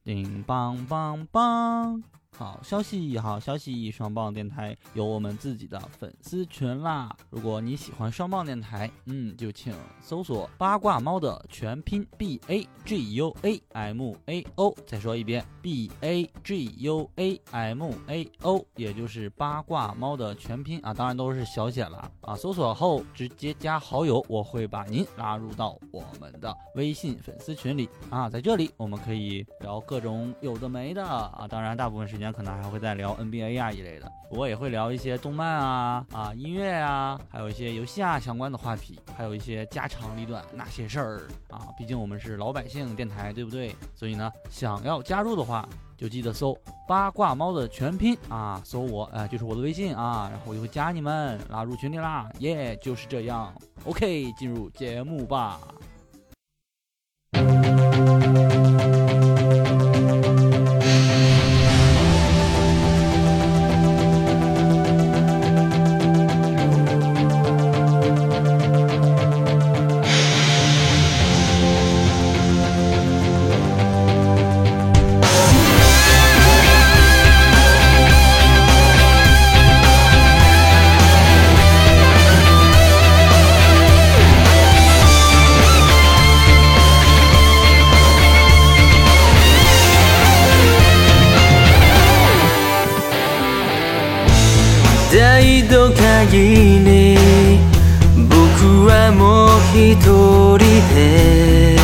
叮当当当！好消息，好消息！双棒电台有我们自己的粉丝群啦！如果你喜欢双棒电台，就请搜索八卦猫的全拼 BAGUAMAO， 再说一遍 BAGUAMAO， 也就是八卦猫的全拼啊，当然都是小写了啊。搜索后直接加好友，我会把您拉入到我们的微信粉丝群里啊。在这里我们可以聊各种有的没的啊，当然大部分时间可能还会再聊 NBA 啊一类的，不过也会聊一些动漫啊音乐啊，还有一些游戏啊相关的话题，还有一些家长里短那些事儿啊。毕竟我们是老百姓电台，对不对？所以呢，想要加入的话，就记得搜八卦猫的全拼啊，搜我就是我的微信啊，然后我就会加你们拉入群里啦，耶，就是这样。OK， 进入节目吧。 大都会に僕はもう一人で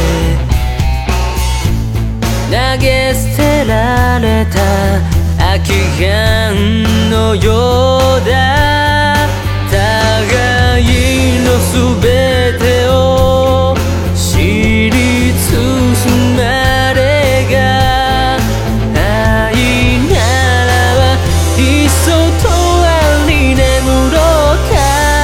投げ捨てられた空き缶のようだ互いの全てを知り進まれが愛ならばいっそ永遠に眠ろうか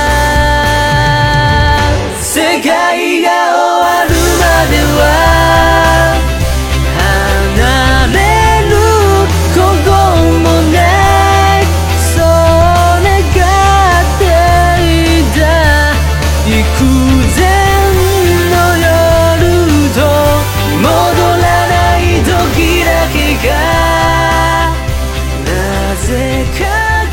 世界が終わるまでは離れることもないそう願っていた幾千の夜と戻らない時だけがなぜか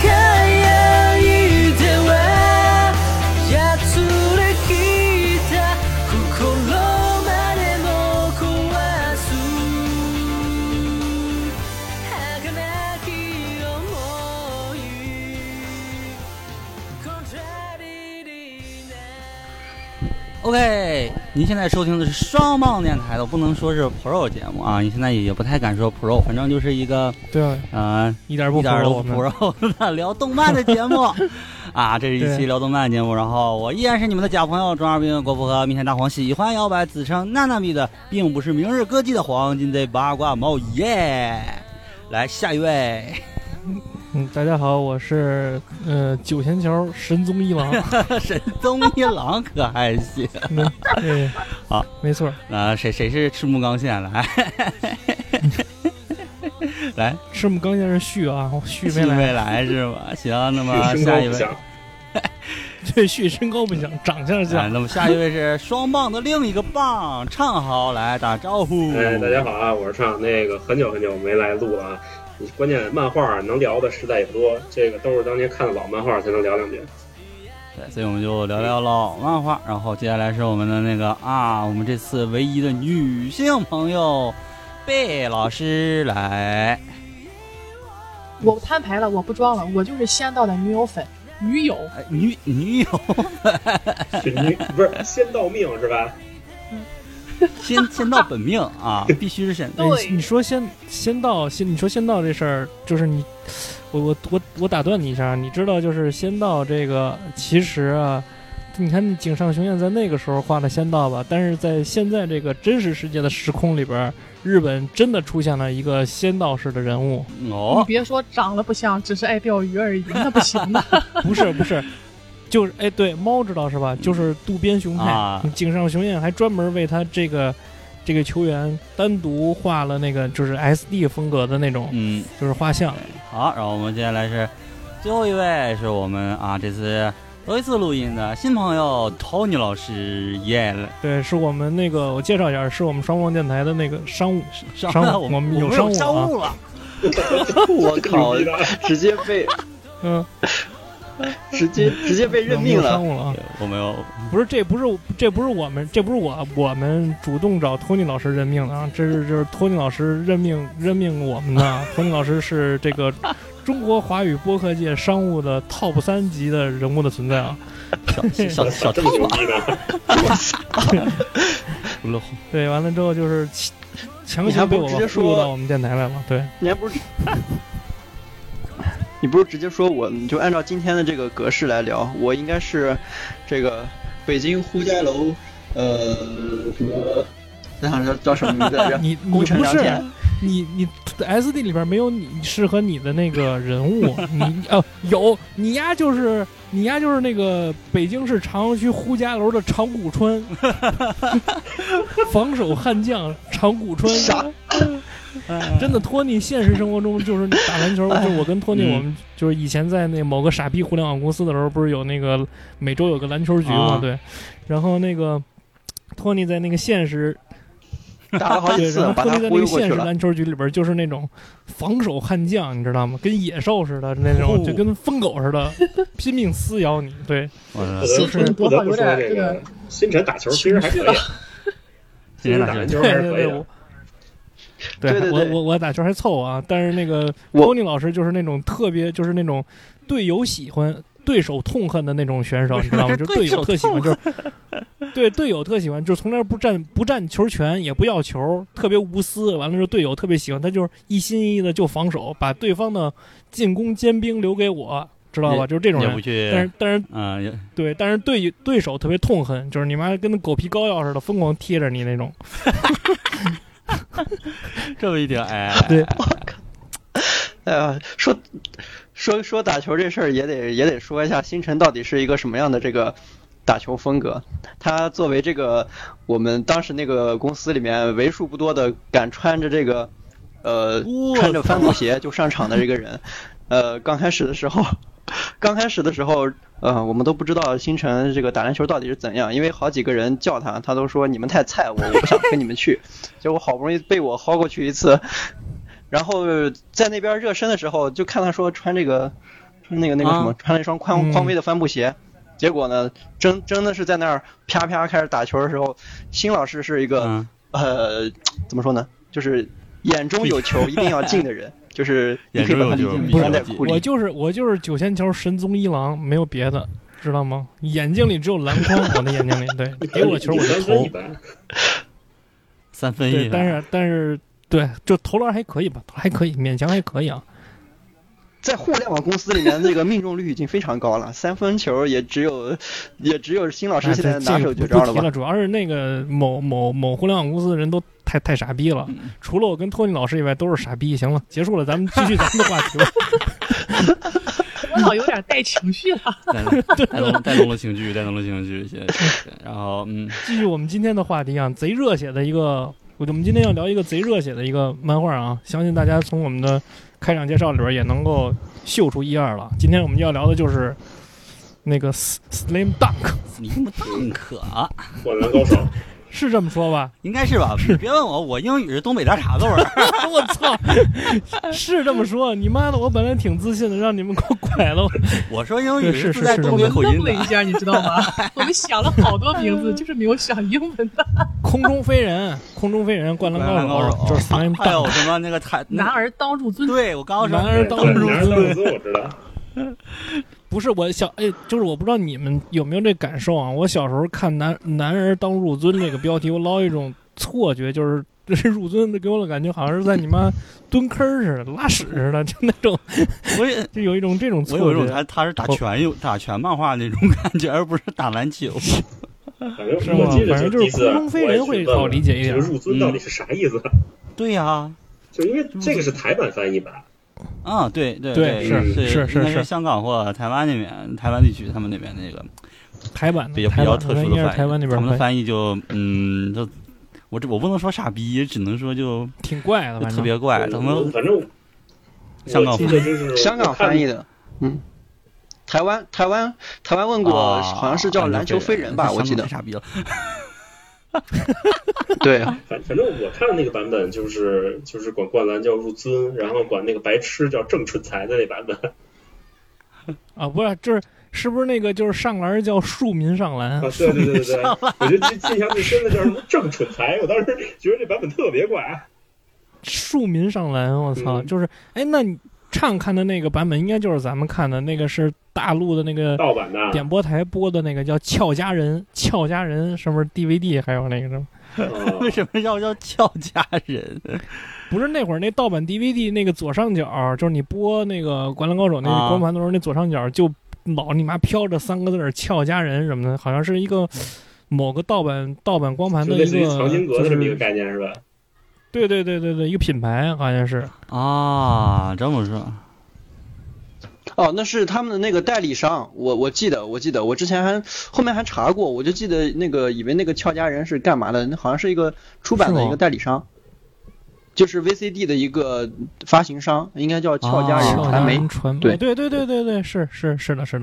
OK， 您现在收听的是双棒电台的，我不能说是 Pro 节目啊，你现在也不太敢说 Pro， 反正就是一个对一点都不 Pro 的聊动漫的节目啊，这是一期聊动漫的节目，然后我依然是你们的假朋友中二病国服和明天大黄，喜欢摇摆自称娜娜米的，并不是明日歌姬的黄金贼八卦猫耶。来下一位。 大家好，我是九仙桥神宗一郎。 神宗一郎可还行？ 对， 好， 没错。 谁是赤木刚宪来？来， 赤木刚宪是旭啊，旭没来是吧？行，那么下一位。 对，旭身高不像，长相像。 那么下一位是双棒的另一个棒，畅豪来打招呼。 大家好啊，我是畅。很久没来录了啊。关键漫画能聊的实在也不多，这个都是当年看的老漫画才能聊两句。 对，所以我们就聊聊老漫画，然后接下来是我们的我们这次唯一的女性朋友贝老师来。 我摊牌了，我不装了，我就是仙道的女友粉，女友不是仙道命是吧？ 仙道本命啊，必须是仙。 对，你说仙道，你说仙道这事儿，就是你，我打断你一下，你知道就是仙道这个，其实啊，你看井上雄彦在那个时候画的仙道吧，但是在现在这个真实世界的时空里边，日本真的出现了一个仙道式的人物。 你别说长得不像，只是爱钓鱼而已，那不行的。 不是。就是对，猫知道是吧？就是渡边雄太，井上雄彦还专门为他这个球员单独画了就是 SD 风格的那种，就是画像。 好，然后我们接下来是最后一位，是我们这次头一次录音的新朋友 Tony 老师耶， 对，是我们那个我介绍一下，是我们双方电台的那个商务， 我们有商务务了。 我靠，直接被直接被任命了。 商务了啊！ 我没有， 不是，这不是我们主动找托尼老师任命的啊，就是托尼老师任命我们的。托尼老师是这个中国华语播客界商务的 top 3级的人物的存在啊。 小这么牛逼呢？ 对，完了之后就是强行被我忽悠到我们电台来了。对， 你不是直接说我们就按照今天的这个格式来聊？我应该是这个北京呼家楼什么？咱想叫什么名字来着？ 你工程良田。 你 SD 里边没有你适合你的那个人物，有你丫就是那个北京市朝阳区呼家楼的长谷川，防守悍将长谷川。 啥？ 真的，托尼现实生活中就是打篮球，就是我跟托尼，我们就是以前在那某个傻逼互联网公司的时候，不是有那个每周有个篮球局嘛？对，然后那个托尼在那个现实。 打了好几次， 把他忽悠过去了。现实篮球局里边就是那种防守悍将，你知道吗？跟野兽似的那种，就跟疯狗似的，拼命撕咬你。对， 就是不得不说这个新辰打球其实还可以，新辰打篮球还是可以的。 对，我打球还凑啊，但是那个托尼老师就是那种特别，就是那种队友喜欢。对手痛恨的那种选手，你知道吗？就队友特喜欢，就是对队友特喜欢，就从那不占球权，也不要球，特别无私。完了之后，队友特别喜欢他，就是一心一意的就防守，把对方的进攻尖兵留给我，知道吧？就是这种人。但是对手特别痛恨，就是你妈跟那狗皮膏药似的，疯狂贴着你那种。 这么一听，哎， 对， 说打球这事儿也得说一下，星辰到底是一个什么样的这个打球风格。他作为这个我们当时那个公司里面为数不多的敢穿着这个穿着帆布鞋就上场的这个人，刚开始的时候我们都不知道星辰这个打篮球到底是怎样，因为好几个人叫他都说你们太菜，我不想跟你们去。结果好不容易被我薅过去一次。然后在那边热身的时候，就看他说穿那个什么，穿了一双匡威的帆布鞋。结果呢，真的是在那儿啪啪开始打球的时候，辛老师是一个怎么说呢，就是眼中有球一定要进的人，就是你可以把他理解为山寨库里。 我就是九仙桥神宗一郎，没有别的，知道吗？眼睛里只有篮筐，我的眼睛里，对，给我球我就投。 3分1。 对，但是。对，就投篮还可以吧，还可以，勉强还可以啊。 在互联网公司里面，这个命中率已经非常高了，3分球也只有辛老师现在拿手绝招了吧？ 主要是那个某互联网公司的人都太傻逼了，除了我跟托尼老师以外都是傻逼。行了，结束了，咱们继续咱们的话题吧。 我老有点带情绪了， 带动了情绪，然后继续我们今天的话题啊，贼热血的一个。我们今天要聊一个贼热血的一个漫画啊，相信大家从我们的开场介绍里边也能够嗅出一二了。今天我们要聊的就是那个 Slam Dunk 啊， 灌篮高手是这么说吧？ 应该是吧？你别问我英语是东北大碴子味儿。 我操，是这么说？你妈的，我本来挺自信的，让你们给我拐了。 我说英语是在东北口音的。 我们愣了一下，你知道吗？我们想了好多名字，就是没有想英文的。 空中飞人，灌篮高手，就是 Slam Dunk。 还有什么那个男儿当入樽？ 对，我刚刚说男儿当入樽，我知道。 不是就是我不知道你们有没有这感受啊？我小时候看男儿当入樽这个标题，我老有一种错觉，就是这是入樽，给我的感觉好像是在你妈蹲坑似的、拉屎似的，就那种，我也就有一种这种错觉。 我有一种他是打拳漫画那种感觉，而不是打篮球。 是吗？反正就是空中飞人会好理解一点。 入樽到底是啥意思？ 对呀， 就因为这个是台版翻译版。 啊，对， 是香港或台湾那边，台湾地区他们那边那个台版比较特殊的台湾那边他们的翻译就就我不能说傻逼，只能说就挺怪的， 特别怪。他们反正香港翻译的， 台湾问过，好像是叫篮球飞人吧，我记得。 太傻逼了。 对， 反正我看的那个版本就是管灌篮叫入樽，然后管那个白痴叫郑蠢材的那版本。 啊，不是，是不是那个就是上篮叫庶民上篮？ 啊，对，我觉得印象最深的叫什么郑蠢材，我当时觉得这版本特别怪。 庶民上篮，我操，就是那你畅看的那个版本应该就是咱们看的那个是大陆的那个盗版的点播台播的那个叫俏佳人什么 DVD 还有那个什么。 为什么要叫俏佳人？ 不是那会儿那盗版 DVD 那个左上角，就是你播那个《灌篮高手》那个光盘的时候，那左上角就老你妈飘着3个字“俏佳人”什么的，好像是一个某个盗版光盘的一个藏经阁的这么一个概念是吧？ 对，一个品牌好像是啊，这么说。 哦，那是他们的那个代理商，我记得，我之前后面还查过，我就记得那个以为那个俏佳人是干嘛的，那好像是一个出版的一个代理商，就是 VCD 的一个发行商，应该叫俏佳人传媒。对，是的。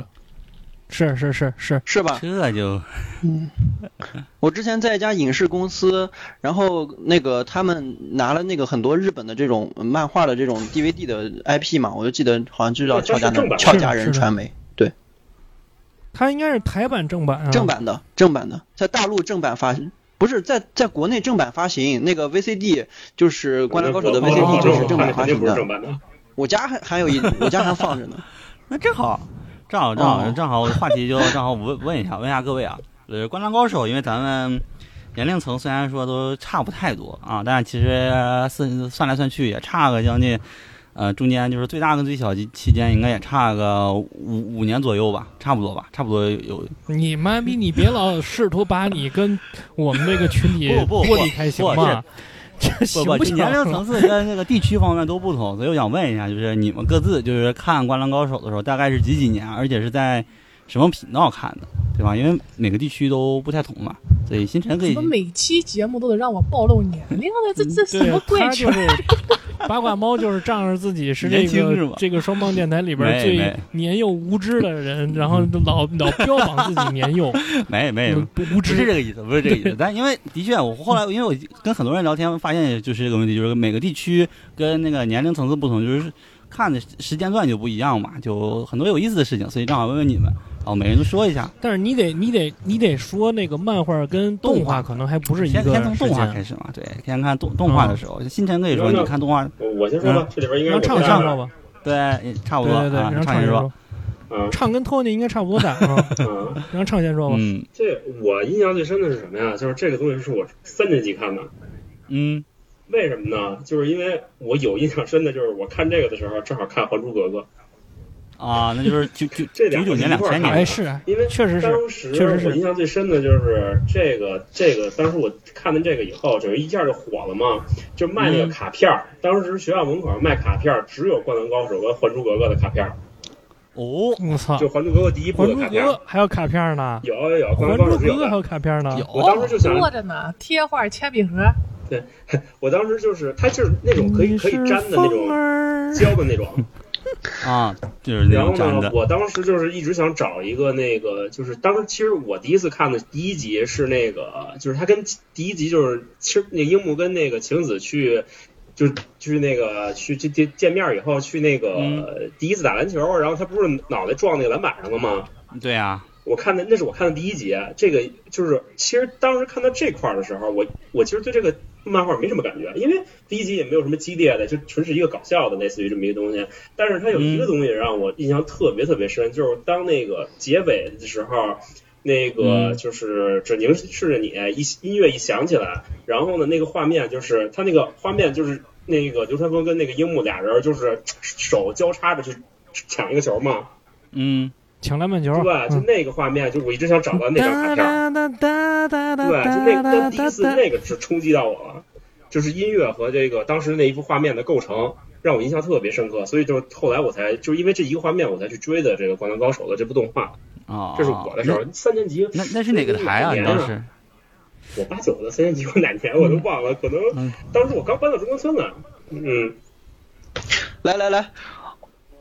是吧？ 这就， 我之前在一家影视公司，然后那个他们拿了那个很多日本的这种漫画的这种 DVD 的 IP 嘛，我就记得好像就叫俏佳人传媒，对。 它应该是台版正版啊。 正版的，在大陆正版发行，不是在国内正版发行，那个 VCD 就是《灌篮高手》的 VCD 就是正版发行的。我家还放着呢。 那正好，话题就正好我问一下各位啊，灌篮高手，因为咱们年龄层虽然说都差不太多啊，但是其实算来算去也差个将近，中间就是最大跟最小期间应该也差个五年左右吧，差不多有。 你妈逼，你别老试图把你跟我们这个群体剥离开行吗？ 不，年龄层次跟那个地区方面都不同，所以我想问一下，就是你们各自就是看《灌篮高手》的时候，大概是几年，而且是在什么频道看的，对吧？因为每个地区都不太同嘛，所以星辰可以。 怎么每期节目都得让我暴露年龄呢？这什么怪趣？ 八卦猫就是仗着自己是这个双棒电台里边最年幼无知的人，然后老标榜自己年幼。 没无知，不是这个意思。但因为的确，我后来因为我跟很多人聊天，发现就是这个问题，就是每个地区跟那个年龄层次不同，就是看的时间段就不一样嘛，就很多有意思的事情，所以正好问问你们。每人都说一下。 但是你得说那个漫画跟动画可能还不是一个。 先从动画开始嘛，对，先看动画的时候，星辰可以说你看动画。 我先说吧，这里边应该让畅先说吧。 对，差不多。 对，让畅先说。畅跟托尼应该差不多大啊。让畅先说吧。 这我印象最深的是什么呀？就是这个东西是我3年级看的。为什么呢？就是因为我有印象深的，就是我看这个的时候正好看《还珠格格》。 那就是这99年2000年， 哎，是啊， 因为确实是我印象最深的就是这个，当时我看的这个以后，整个一下就火了嘛，就卖那个卡片当时学校门口卖卡片只有《灌篮高手》跟《还珠格格》的卡片我操！ 就《还珠格格》第一部的卡片， 还有卡片呢？ 有，《灌篮高手》是有的， 还有卡片呢。 我当时就想多着呢，贴画、铅笔盒。 对，我当时就是它就是那种可以粘的那种胶的那种。 就是那种粘的。 然后呢，我当时就是一直想找一个那个，就是当时其实我第一次看的第一集是那个，就是他跟第一集就是其实那樱木跟那个晴子去，就是那个去见面以后去那个第一次打篮球，然后他不是脑袋撞那个篮板上了吗？ 对啊。 那是我看的第一集，这个就是其实当时看到这块的时候，我其实对这个漫画没什么感觉，因为第一集也没有什么激烈的，就纯是一个搞笑的，类似于这么一个东西。但是它有一个东西让我印象特别特别深，就是当那个结尾的时候，那个就是只凝视着你，音乐一响起来，然后呢那个画面就是它那个画面就是那个流川枫跟那个樱木俩人就是手交叉着去抢一个球嘛。 抢篮板球， 对，就那个画面，就我一直想找到那张卡片。对，就那第一次那个是冲击到我了，就是音乐和这个当时那一幅画面的构成让我印象特别深刻，所以就后来我才就因为这一个画面我才去追的这个《灌篮高手》的这部动画。这是我的时候，3年级。 那是哪个台啊？你当时？ 我89的，3年级我哪年我都忘了，可能当时我刚搬到中关村呢。 来。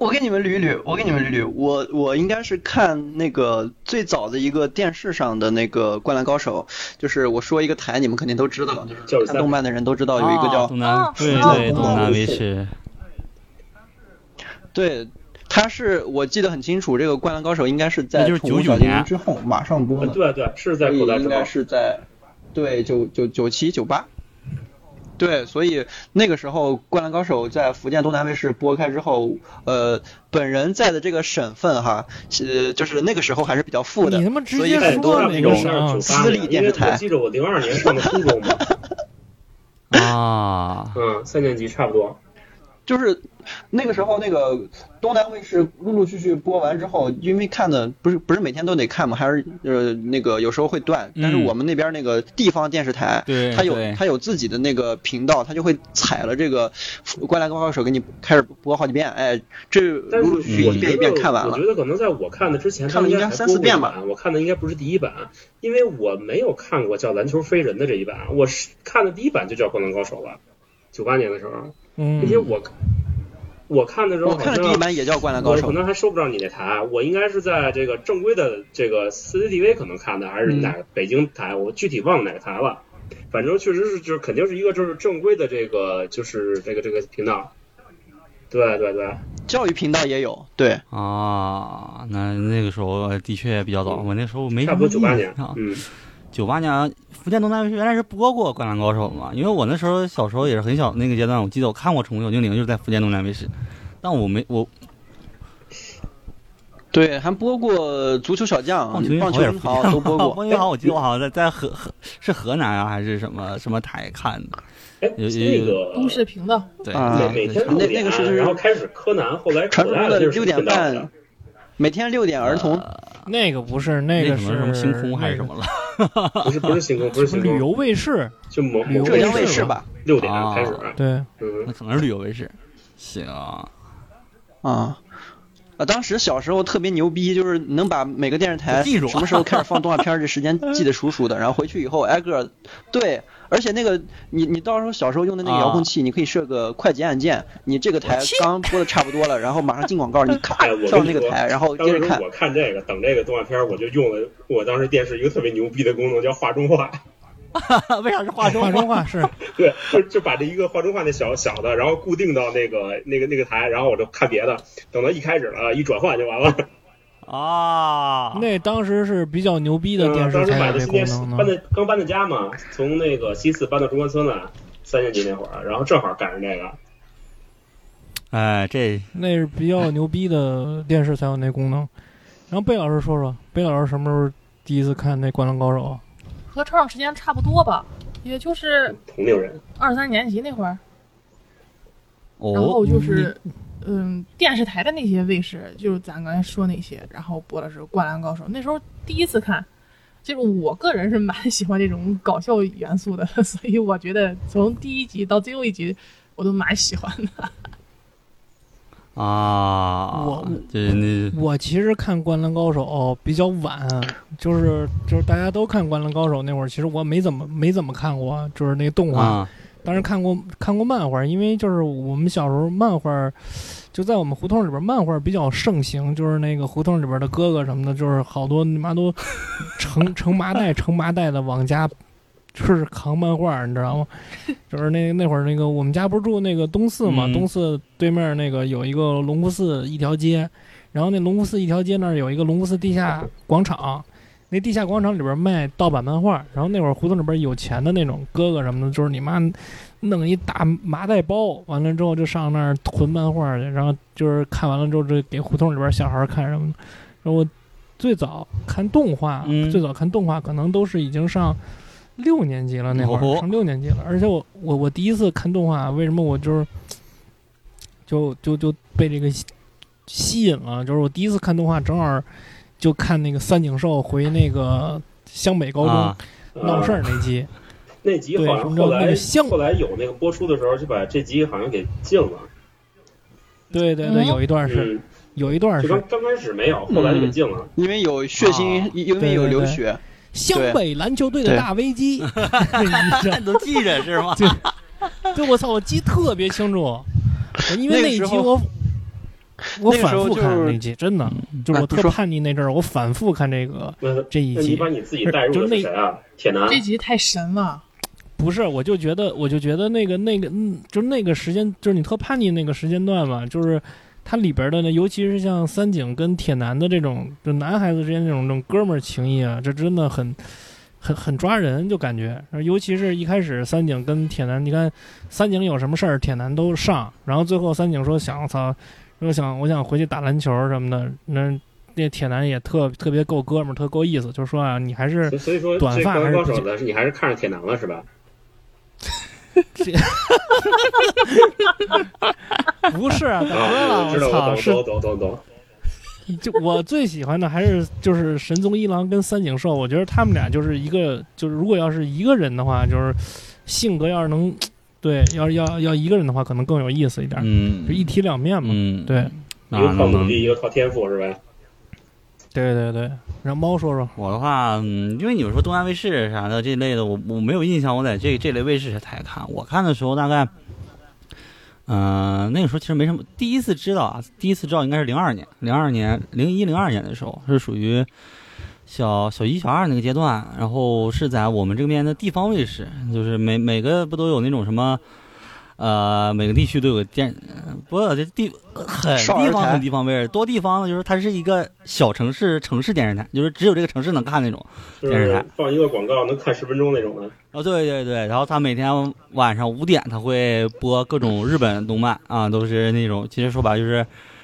我给你们捋一捋，我应该是看那个最早的一个电视上的那个《灌篮高手》，就是我说一个台，你们肯定都知道，就是看动漫的人都知道有一个叫东南，对，东南卫视， 对。他是我记得很清楚，这个《灌篮高手》应该是在就是 99年之后马上播的。 对，是在口袋之后， 应该是在对97、98。对，所以那个时候《灌篮高手》在福建东南卫视播开之后，本人在的这个省份哈，就是那个时候还是比较富的， 你他妈直所以接很多说那种个私立电视台。 我记得我02年上的初中嘛。 啊 ，3年级差不多。 就是那个时候，那个东南卫视陆陆续续播完之后，因为看的不是每天都得看嘛，还是那个有时候会断。但是我们那边那个地方电视台，它有自己的那个频道，它就会采了这个《灌篮高手》给你开始播好几遍，哎，这陆陆续续一遍一遍看完了。 我觉得可能在我看的之前， 看了应该3、4遍吧。 我看的应该不是第一版，因为我没有看过叫《篮球飞人》的这一版，我是看的第一版就叫《灌篮高手》了，98年的时候。而且我看的时候， 我看的第一版也叫《灌篮高手》， 我可能还收不上你那台，我应该是在这个正规的这个 CCTV 可能看的，还是哪个北京台，我具体忘了哪个台了。反正确实是，就是肯定是一个就是正规的这个就是这个频道。对， 教育频道也有。对啊，那个时候的确比较早，我那时候没差不多98年 ，98年福建东南卫视原来是播过《灌篮高手》嘛，因为我那时候小时候也是很小那个阶段，我记得我看过《宠物小精灵》，就是在福建东南卫视，但我对，还播过足球小将、棒球英豪都播过。 棒球英豪我记得我好像在河南啊还是什么台看的。 那个都市频道。 对， 每天6点， 那个是然后开始柯南，后来传说中的6点半，每天6点儿童。 那个不是，那个是什么星空还是什么了？ 不是星空，不是星空， 旅游卫视， 就浙江卫视吧 ，6点开始。 对， 那可能是旅游卫视。行啊。当时小时候特别牛逼，就是能把每个电视台什么时候开始放动画片这时间记得熟的，然后回去以后挨个对，而且那个你到时候小时候用的那个遥控器，你可以设个快捷按键，你这个台刚播的差不多了，然后马上进广告，你咔跳那个台，然后接着看。 我看这个等这个动画片，我就用了我当时电视一个特别牛逼的功能，叫画中画。 为啥是画中画？是对，就把这一个画中画那小的，然后固定到那个台，然后我就看别的，等到一开始了，一转换就完了。 啊， 那当时是比较牛逼的电视才有这功能呢。 刚搬的家嘛，从那个西四搬到中关村呢，3年级那会儿，然后正好赶上这个。 哎， 那是比较牛逼的电视才有那功能。然后贝老师说说，贝老师什么时候第一次看那《灌篮高手》？ 和超长时间差不多吧，也就是同龄人 2、3年级那会儿。然后就是电视台的那些卫视，就是咱刚才说那些，然后播的是《灌篮高手》。那时候第一次看，就是我个人是蛮喜欢这种搞笑元素的，所以我觉得从第一集到最后一集我都蛮喜欢的。 我其实看《灌篮高手》比较晚，就是大家都看《灌篮高手》那会儿，其实我没怎么看过，就是那个动画。当然看过漫画，因为就是我们小时候漫画就在我们胡同里边，漫画比较盛行，就是那个胡同里边的哥哥什么的，就是好多你妈都盛麻袋的往家。就是扛漫画，你知道吗？就是那会儿那个我们家不是住那个东四嘛，东四对面那个有一个龙福寺一条街，然后那龙福寺一条街那儿有一个龙福寺地下广场，那地下广场里边卖盗版漫画，然后那会儿胡同里边有钱的那种哥哥什么的，就是你妈弄一大麻袋包，完了之后就上那儿囤漫画去，然后就是看完了之后就给胡同里边小孩看什么的。然后我最早看动画可能都是已经上6年级了，那会儿上6年级了，而且我第一次看动画，为什么我就被这个吸引了？就是我第一次看动画，正好就看那个三井寿回那个湘北高中闹事儿那集。 那集好像后来有那个播出的时候，就把这集好像给禁了。 对，有一段是。有一段是刚开始没有，后来就给禁了， 因为有血腥，因为有流血。 湘北篮球队的大危机， 都记着是吗？ 对，我操，我记特别清楚，因为那一集我反那个时候就复看是那集，真的就是我特叛逆那阵儿，我反复看这一集。 那你把你自己带入的是谁啊？铁男。 这集太神了。 不是，我就觉得就是那个时间，就是你特叛逆那个时间段嘛，就是它里边的呢，尤其是像三井跟铁男的这种，就男孩子之间这种哥们儿情谊啊，这真的很抓人，就感觉，尤其是一开始三井跟铁男，你看三井有什么事儿，铁男都上，然后最后三井说我想回去打篮球什么的，那铁男也特别够哥们儿，特够意思，就说啊，你还是所以说短发还是高手的，你还是看上铁男了是吧？ 不是啊，大哥了， 我知道， 操， 我懂。 就我最喜欢的还是就是神宗一郎跟三井寿，我觉得他们俩就是一个，就是如果要是一个人的话，就是性格要是能，对，要一个人的话，可能更有意思一点，就一体两面嘛，对， 一个靠努力，一个靠天赋，是吧？ 对，让猫说说。 我的话，因为你们说东亚卫视啥的这类的，我没有印象，我在这类卫视台看。我看的时候大概，那个时候其实没什么。第一次知道应该是02年的时候，是属于小1小2那个阶段，然后是在我们这边的地方卫视，就是每个不都有那种什么。每个地区都有个很地方卫视，多地方的就是它是一个小城市电视台，就是只有这个城市能看那种电视台， 放一个广告能看10分钟那种的。 哦，对，然后他每天晚上5点他会播各种日本动漫啊，都是那种其实说白就是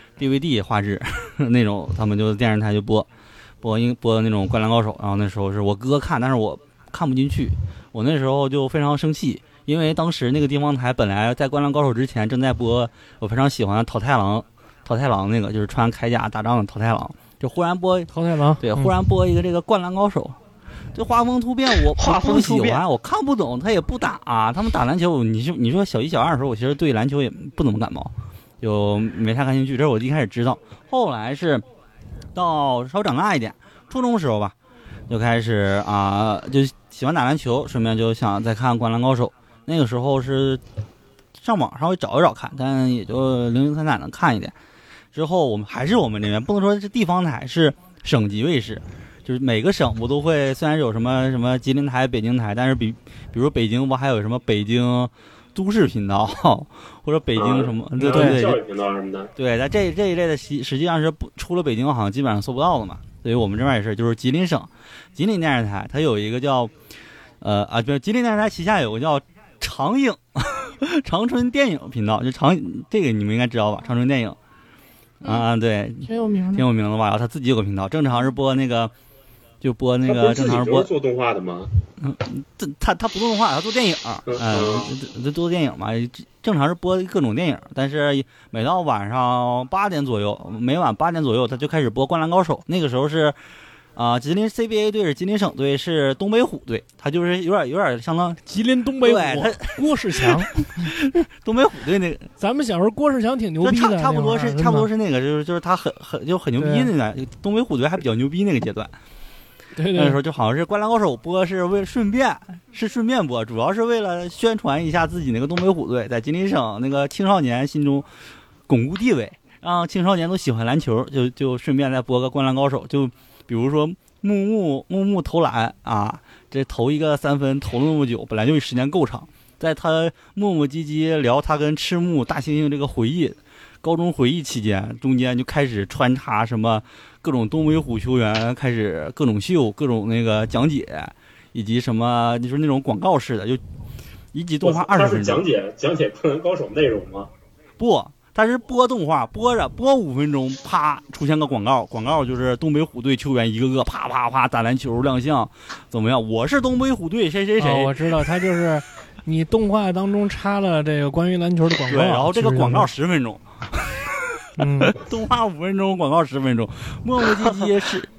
DVD 画质那种，他们就电视台就播那种灌篮高手，然后那时候是我哥看，但是我看不进去，我那时候就非常生气。因为当时那个地方台本来在《灌篮高手》之前正在播我非常喜欢的桃太郎那个就是穿铠甲打仗的桃太郎，就忽然播桃太郎， 对，忽然播一个这个《灌篮高手》，这画风突变我不喜欢，我看不懂，他也不打他们打篮球，你说小1小2的时候，我其实对篮球也不怎么感冒，就没太感兴趣，这是我一开始知道，后来是到稍微长大一点，初中时候吧，就开始就喜欢打篮球，顺便就想再看《灌篮高手》。那个时候是上网稍微找一找看，但也就零零散散能看一点。之后我们这边不能说是地方台，是省级卫视，就是每个省我都会，虽然有什么吉林台、北京台，但是比如北京我还有什么北京都市频道或者北京什么对教育频道什么的。对， 在这一类的实际上是除了北京好像基本上搜不到的嘛。所以我们这边也是，就是吉林省吉林电视台，它有一个叫吉林电视台旗下有个叫长影长春电影频道，就这个你们应该知道吧？长春电影对， 挺有名的吧？然后他自己有个频道，正常是播那个，就播那个正常是播做动画的吗？ 他不做动画，他做电影，做电影嘛，正常是播各种电影，但是每到晚上8点左右，每晚8点左右，他就开始播《灌篮高手》。那个时候是。吉林 CBA 队是吉林省队，是东北虎队，他就是有点相当吉林东北虎，郭士强， 东北虎队那个， 咱们小时候郭士强挺牛逼的， 差不多是那个，就是他很牛逼那个，东北虎队还比较牛逼那个阶段。 对， 那时候就好像是《灌篮高手》播是为了顺便播，主要是为了宣传一下自己那个东北虎队在吉林省那个青少年心中巩固地位，让青少年都喜欢篮球，就顺便再播个《灌篮高手》就。比如说木木投篮这投一个3分投了那么久，本来就时间够长，在他磨磨唧唧聊他跟赤木大猩猩这个高中回忆期间，中间就开始穿插什么各种东北虎球员开始各种秀，各种那个讲解，以及什么就是那种广告式的，就一集动画20分钟。 讲解灌篮高手内容吗？ 不。他是播动画，播5分钟，啪出现个广告就是东北虎队球员一个个啪啪啪打篮球亮相，怎么样？我是东北虎队谁、 我知道，他就是你动画当中插了这个关于篮球的广告， 对，然后这个广告10分钟，动画5分钟，广告10分钟，磨磨唧唧是。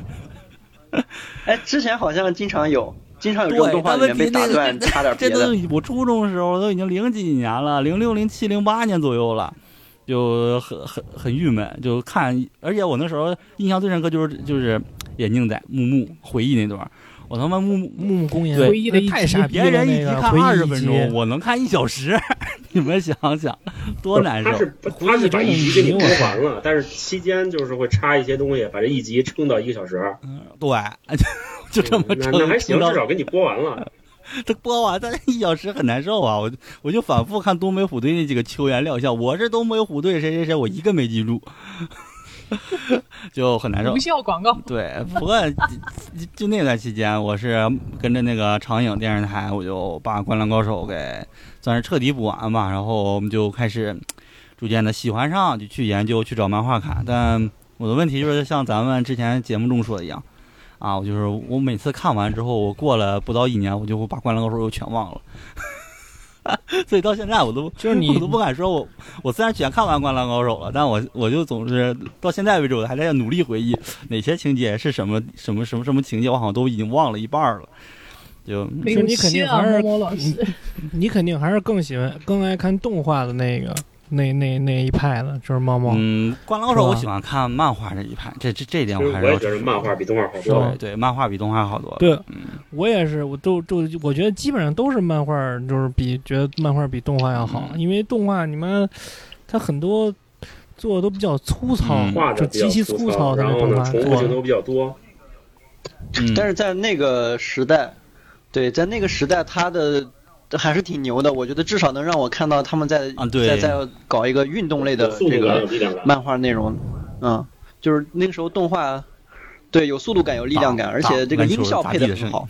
之前好像经常有这种动画里面被打断插点别的。 这都我初中的时候都已经00几年了，06、07、08年左右了。就很郁闷，就看，而且我那时候印象最深刻就是眼镜仔木木回忆那段，我他妈木木公回忆的太傻逼了， 别人一集看20分钟，我能看1小时，你们想想， 多难受。 他是把一集给你播完了，但是期间就是会插一些东西，把这一集撑到1个小时。 对，就这么撑。 那还行，至少给你播完了。 这播完，但是1小时很难受啊！我就反复看东北虎队那几个球员亮相，我是东北虎队谁谁谁，我一个没记住。就很难受， 无效广告。 对，不过就那段期间，我是跟着那个长影电视台，我就把《灌篮高手》给算是彻底补完吧，然后我们就开始逐渐的喜欢上，就去研究，去找漫画看。但我的问题就是像咱们之前节目中说的一样，啊，我每次看完之后，我过了不到1年，我就会把《灌篮高手》又全忘了。所以到现在我都不敢说我虽然全看完《灌篮高手》了，但我就总是到现在为止我还在努力回忆哪些情节是什么情节，我好像都已经忘了一半了。就你肯定还是你肯定还是更爱看动画的那个那一派的，就是猫猫。 灌篮高手我喜欢看漫画这一派，这一点我还是我也觉得漫画比动画好多。 对，漫画比动画好多。 对，我也是，我觉得基本上都是漫画，就是觉得漫画比动画要好，因为动画你们它很多做的都比较粗糙，就极其粗糙的动画， 重复性都比较多。 但是在那个时代，对，在那个时代它的。还是挺牛的，我觉得至少能让我看到他们在搞一个运动类的这个漫画内容，就是那个时候动画，对，有速度感有力量感，而且这个音效配得很好。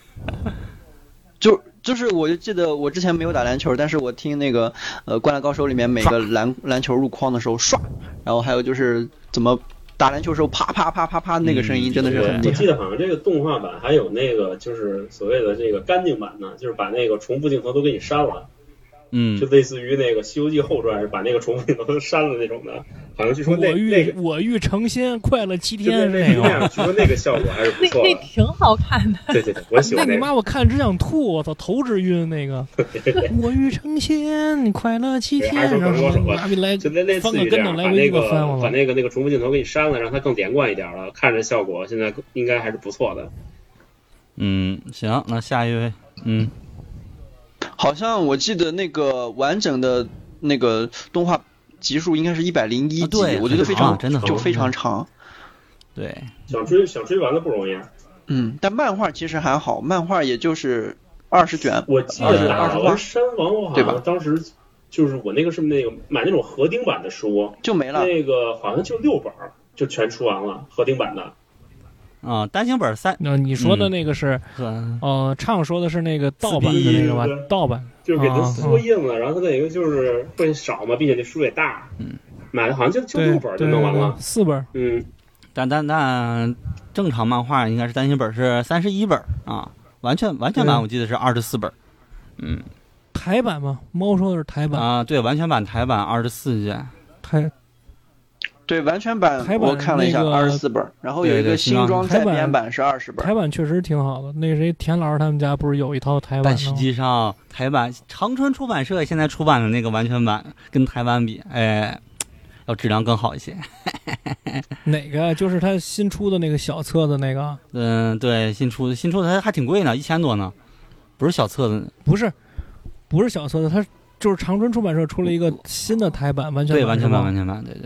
就是我就记得我之前没有打篮球，但是我听那个灌篮高手里面每个篮球入框的时候唰，然后还有就是怎么打篮球的时候啪啪啪啪啪那个声音真的是很厉害。 我记得好像这个动画版还有那个就是所谓的这个干净版呢，就是把那个重复镜头都给你删了。就类似于那个《西游记后传》是把那个重复镜头都删了那种的，好像据说我欲成仙，快乐7天是那个，据说那个效果还是不错的， 那挺好看的。 对，我喜欢那你妈，我看只想吐，我操，头直晕那个。我欲成仙，快乐7天，然后妈逼来就类似于这样，把那个重复镜头给你删了，让它更连贯一点了，看着效果现在应该还是不错的。 行，那下一位， 好像我记得那个完整的那个动画集数应该是101集，我觉得非常长。 对， 想追完了不容易。 但漫画其实还好，漫画也就是20卷。 我记得20话山王，我好像当时就是我那个是那个买那种合订版的书就没了， 那个好像就6本就全出完了，合订版的。 单行本3。 你说的那个是，畅说的是那个盗版的那个吧？盗版就是给它缩印了，然后它那个就是会少嘛，并且那书也大。买的好像就6本就弄完了 ，4本。 但正常漫画应该是单行本是31本啊，完全版我记得是24本。 台版吗？猫说的是台版啊，对，完全版台版24卷。 对，完全版我看了一下24本，然后有一个新装再编版是20本。 台版确实挺好的，那谁田老师他们家不是有一套台版？ 但实际上台版长春出版社现在出版的那个完全版跟台版比，要质量更好一些。 哪个？就是他新出的那个小册子那个？ 对，新出的还挺贵呢，1000多呢，不是小册子。 不是小册子，它就是长春出版社出了一个新的台版完全版。 对，完全版，对。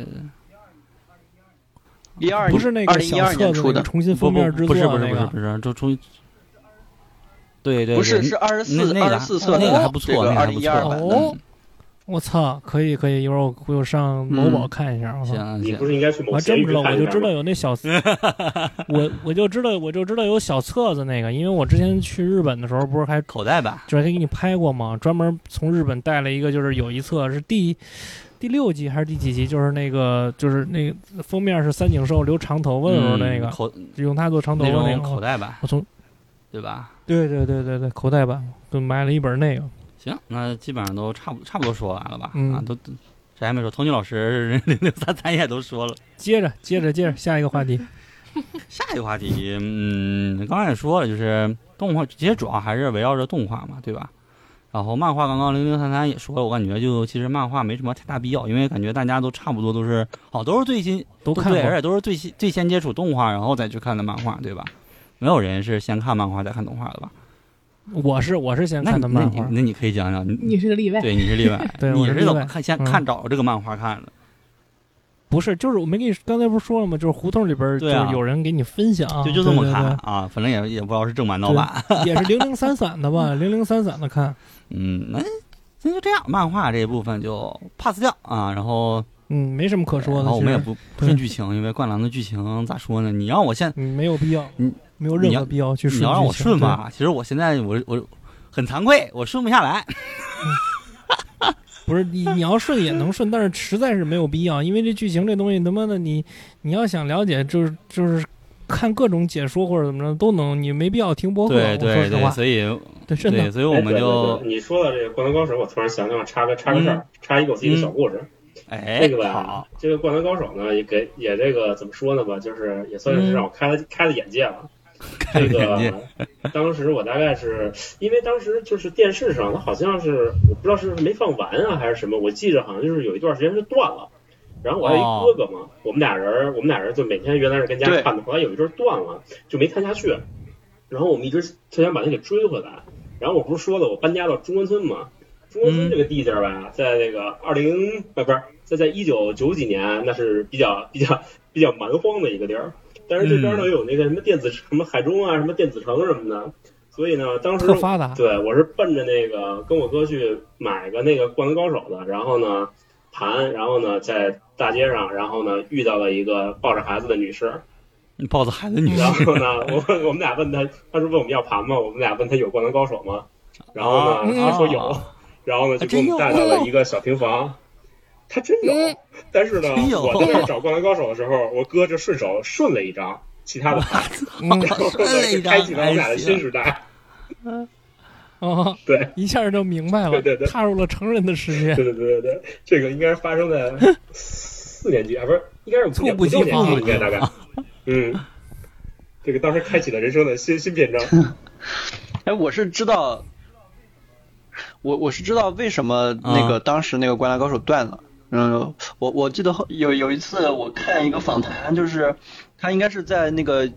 不是那个小册子的重新封面制作那个， 不是，就重。对， 不是24册， 那个还不错，那个还不错。 我操，可以，一会儿我又上某宝看一下。 行， 你不是应该去某？ 我真不知道，我就知道有那小，我就知道有小册子那个，因为我之前去日本的时候不是还口袋版， 就是还给你拍过吗？专门从日本带了一个，就是有一册是第6集还是第几集？就是那个封面是三井寿留长头发的时候那个，用它做长头发那个口袋版。 我从， 对吧？对， 口袋版就买了一本那个。 行，那基本上都差不多说完了吧？都谁还没说？童军老师0033也都说了。 接着，下一个话题。 下一个话题，刚才也说了，就是动画，其实主要还是围绕着动画嘛，对吧？然后漫画刚刚0033也说了，我感觉其实漫画没什么太大必要，因为感觉大家都差不多都是最新都看， 对，而且都是最先接触动画，然后再去看的漫画，对吧？没有人是先看漫画再看动画的吧？ 我是先看的漫画。 那你可以讲讲， 你是个例外。 对，你是例外。 对， 你是怎么看先看找这个漫画看的？ 不是，就是我没跟你刚才不是说了吗？就是胡同里边就有人给你分享， 就这么看啊，反正也不知道是正版盗版， 也是零零散散的吧，零零散散的看。 那就这样，漫画这一部分就 pass 掉啊，然后没什么可说的。 然后我们也不顺剧情，因为灌篮的剧情咋说呢？你让我没有必要，没有任何必要去顺。 你要让我顺吧，其实我现在我很惭愧，我顺不下来。 不是你要顺也能顺，但是实在是没有必要，因为这剧情这东西他妈的你要想了解，就是看各种解说或者怎么着都能，你没必要听播客。 对，所以所以我们就你说到这个《灌篮高手》，我突然想插个事儿，插一个我自己的小故事。这个吧，这个《灌篮高手》呢，也这个怎么说呢吧，就是也算是让我开了眼界了。这个当时我大概是因为当时就是电视上它好像是我不知道是没放完啊还是什么，我记着好像就是有一段时间是断了。然后我还有一哥哥嘛，我们俩人就每天原来是跟家看的，后来有一阵断了就没看下去。然后我们一直特想把它给追回来。然后我不是说了我搬家到中关村嘛，中关村这个地界吧，在这个在1990几年那是比较蛮荒的一个地儿。但是这边呢有那个什么海中啊，什么电子城什么的，所以呢当时特发达。 对，我是奔着那个跟我哥去买个那个灌篮高手的，然后呢盘，然后呢在大街上，然后呢遇到了一个抱着孩子的女士。 你抱着孩子女士？ 然后呢我们俩问他是问我们要盘吗？我们俩问他有灌篮高手吗？然后呢他说有，然后呢就给我们带到了一个小平房。他真有，但是呢，我在那儿找灌篮高手的时候，我哥就顺手顺了一张其他的牌，然后呢开启了我们俩的新时代。对， 一下就明白了， 对， 踏入了成人的世界。 对，这个应该是发生在4年级啊，不是，应该是猝不及防， 应该大概，这个当时开启了人生的新篇章。 我是知道为什么那个当时那个灌篮高手断了。我记得有一次我看一个访谈，就是他应该是在那个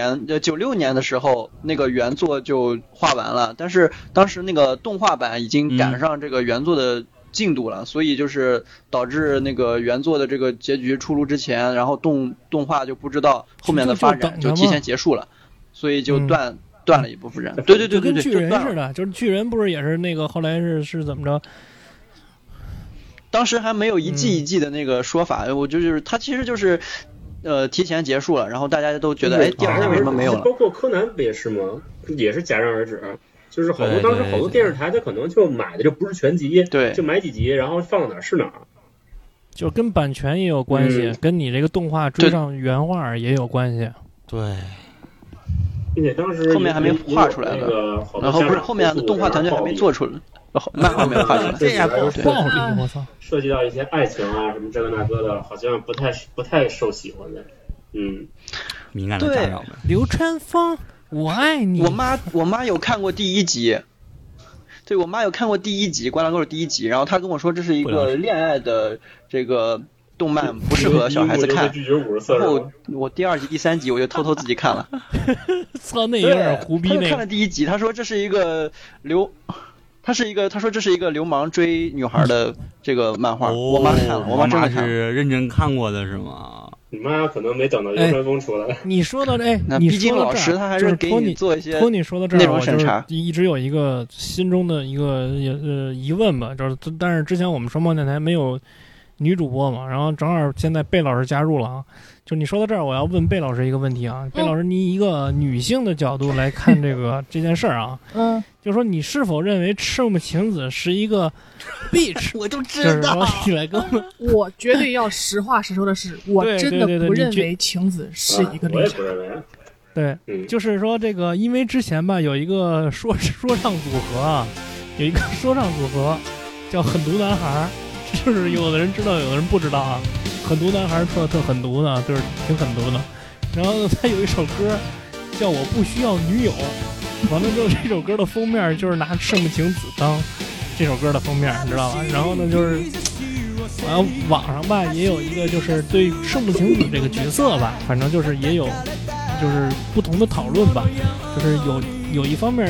96年的时候，那个原作就画完了，但是当时那个动画版已经赶上这个原作的进度了，所以就是导致那个原作的这个结局出炉之前，然后动画就不知道后面的发展就提前结束了，所以就断了一部分人。对， 就跟巨人似的，就是巨人不是也是那个后来是怎么着？ 当时还没有一季一季的那个说法，我就是他其实就是提前结束了，然后大家都觉得第二季为什么没有了？ 包括柯南不也是吗？也是戛然而止，就是当时好多电视台他可能就买的就不是全集， 对， 就买几集，然后放到哪儿是哪儿。 就跟版权也有关系，跟你这个动画追上原画也有关系。 对。 并且当时后面还没画出来呢，然后不是后面的动画团队还没做出来，漫画没有画出来， 这样暴力，我操！ 涉及到一些爱情啊什么这个那个的，好像不太受喜欢的。 敏感的家长们。 流川枫，我爱你。 我妈有看过第一集，对，我妈有看过第一集《灌篮高手》第一集，然后她跟我说这是一个恋爱的这个动漫，不适合小孩子看。然后我第2集、第3集我就偷偷自己看了。 操，那有点胡逼。 他看了第一集，他说这是一个他说这是一个流氓追女孩的这个漫画。我妈看了，我妈真的看了， 是认真看过的是吗？ 你妈可能没等到流川枫出来。 你说到那毕竟老师他还是给你做一些托你说到这儿， 内容审查， 一直有一个心中的一个疑问吧，就是但是之前我们双胞电台没有女主播嘛，然后正好现在贝老师加入了啊。就你说到这儿，我要问贝老师一个问题啊，贝老师，你以一个女性的角度来看这件事儿啊，就说你是否认为赤木晴子是一个 bitch？ 我就知道， 你来跟我绝对要实话实说的是，我真的不认为晴子是一个 bitch。 我也不认为。 对，就是说这个，因为之前吧有一个说唱组合啊，有一个说唱组合叫狠毒男孩，就是有的人知道，有的人不知道啊。狠毒男孩特狠毒的，就是挺狠毒的。然后他有一首歌叫《我不需要女友》，完了之后这首歌的封面就是拿赤木晴子当这首歌的封面，你知道吧？然后呢，就是网上吧也有一个就是对赤木晴子这个角色吧，反正就是也有就是不同的讨论吧，就是有一方面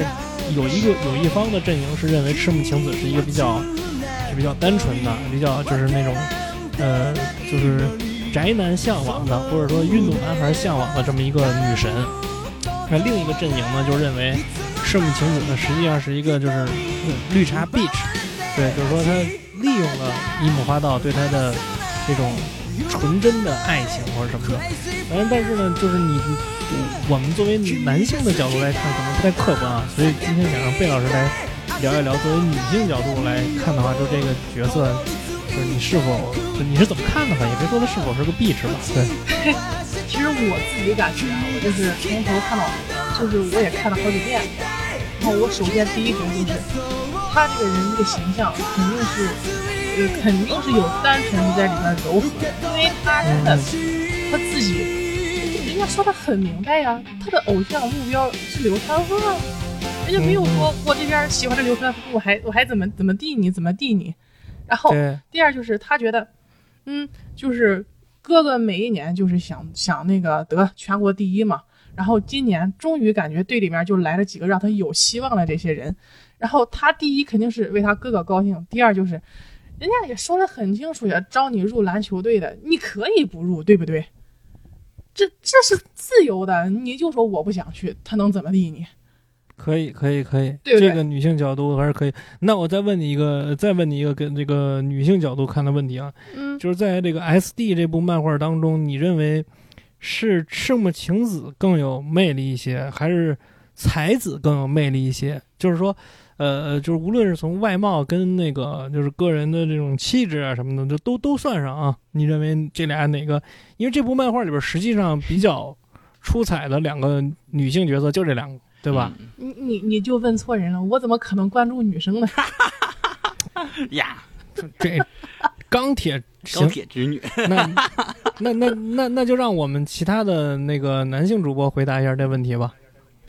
有一方的阵营是认为赤木晴子是一个比较单纯的，比较就是那种就是宅男向往的，或者说运动男孩向往的这么一个女神。那另一个阵营呢，就认为赤木晴子呢实际上是一个就是绿茶 bitch， 对，就是说他利用了樱木花道对他的这种纯真的爱情或者什么的。但是呢，就是我们作为男性的角度来看可能不太客观啊，所以今天想让贝老师来聊一聊作为女性角度来看的话，就这个角色就是你是怎么看的吧，也别说他是否是个 bitch 吧。对， 其实我自己感觉啊，我就是从头看到尾，就是我也看了好几遍。然后我首先第一个就是他这个人这个形象肯定是有单纯在里面柔和，因为他真的他自己。人家说的很明白呀，他的偶像目标是流川枫啊，人家没有说我这边喜欢这流川枫，我还怎么地你。然后第二就是他觉得，就是哥哥每一年就是想那个得全国第一嘛，然后今年终于感觉队里面就来了几个让他有希望的这些人，然后他第一肯定是为他哥哥高兴，第二就是人家也说得很清楚呀，招你入篮球队的，你可以不入，对不对？这是自由的，你就说我不想去，他能怎么地你？ 可以，对不对？这个女性角度还是可以。那我再问你一个跟这个女性角度看的问题啊，就是在这个 SD 这部漫画当中，你认为是赤木晴子更有魅力一些，还是才子更有魅力一些？就是说，就是无论是从外貌跟那个就是个人的这种气质啊什么的，都算上啊。你认为这俩哪个？因为这部漫画里边实际上比较出彩的两个女性角色就这两个，对吧？ 你就问错人了，我怎么可能关注女生呢？ 呀， 这钢铁直女。 那就让我们其他的那个男性主播回答一下这问题吧。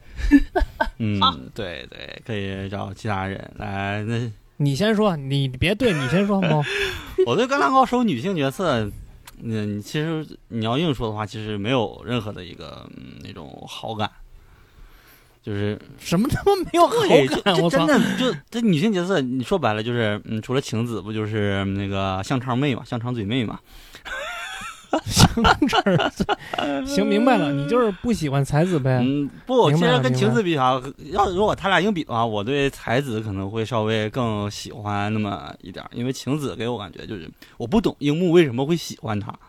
对，可以找其他人来。那你先说，你别对，你先说好吗？ 我对《灌篮高手》女性角色，其实你要硬说的话，其实没有任何的一个那种好感，就是什么他妈没有好感，我真的就这女性角色，你说白了就是，除了晴子，不就是那个香肠妹嘛，香肠嘴妹嘛。 行，明白了，你就是不喜欢才子呗。 不，其实跟晴子比啊，如果他俩硬比的话，我对才子可能会稍微更喜欢那么一点，因为晴子给我感觉就是我不懂樱木为什么会喜欢他。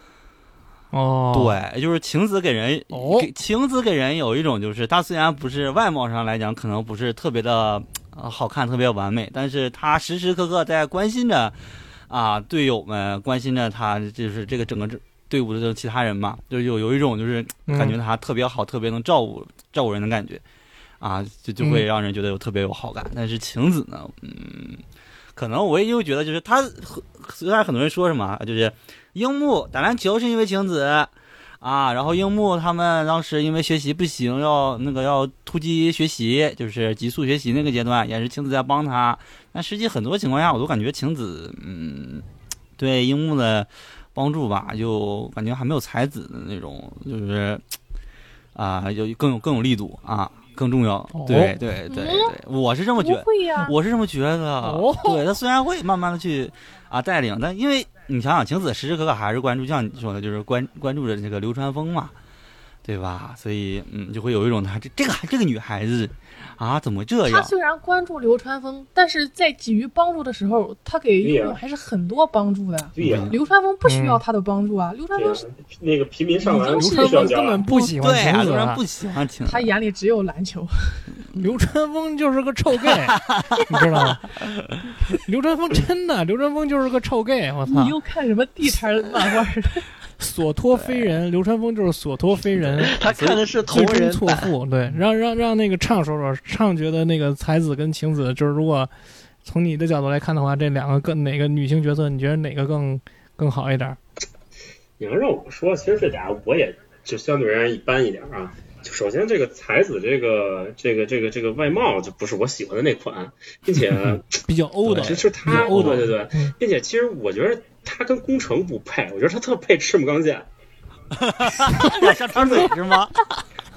对，就是晴子给人有一种就是他虽然不是外貌上来讲可能不是特别的好看，特别完美，但是他时时刻刻在关心着。队友们关心着他，就是这个整个队伍的其他人嘛，就有一种就是感觉他特别好，特别能照顾人的感觉，就会让人觉得特别有好感。但是晴子呢，可能我也就觉得就是他，虽然很多人说什么，就是樱木打篮球是因为晴子。然后樱木他们当时因为学习不行，要突击学习，就是急速学习那个阶段，也是晴子在帮他。但实际很多情况下，我都感觉晴子，对樱木的帮助吧，就感觉还没有才子的那种，就是有更有力度更重要。对，我是这么觉得，我是这么觉得。对，他虽然会慢慢的去带领，但因为你想想，晴子时时刻刻还是关注，像你说的，就是关注着这个流川枫嘛，对吧？所以就会有一种他这个女孩子怎么这样？ 他虽然关注流川枫，但是在给予帮助的时候，他给樱木还是很多帮助的。 对呀， 流川枫不需要他的帮助啊，流川枫是那个平民上篮， 流川枫根本不喜欢晴子， 流川不喜欢晴子， 他眼里只有篮球。 流川枫就是个臭 gay， 你知道吗？流川枫就是个臭 gay， 我操！ 你又看什么地摊漫画？ 所托非人，流川枫就是所托非人， 他看的是同人错付。对，让那个畅说，畅觉得那个才子跟晴子，就是如果从你的角度来看的话，这两个哪个女性角色，你觉得哪个更好一点？ 你要让我说，其实这俩我也就相对而言一般一点啊。就首先这个才子这个外貌就不是我喜欢的那款，并且比较欧的， 其实他对，并且其实我觉得他跟宫城不配，我觉得他特配赤木刚宪。 像长嘴是吗？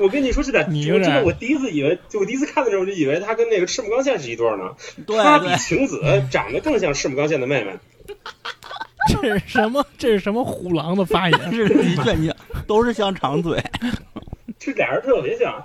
我跟你说是的， 你有点我第一次看的时候就以为他跟那个赤木刚宪是一对呢， 对他比晴子长得更像赤木刚宪的妹妹。 这是什么虎狼的发言？ 是的确，你都是香肠嘴， 这俩人特别像。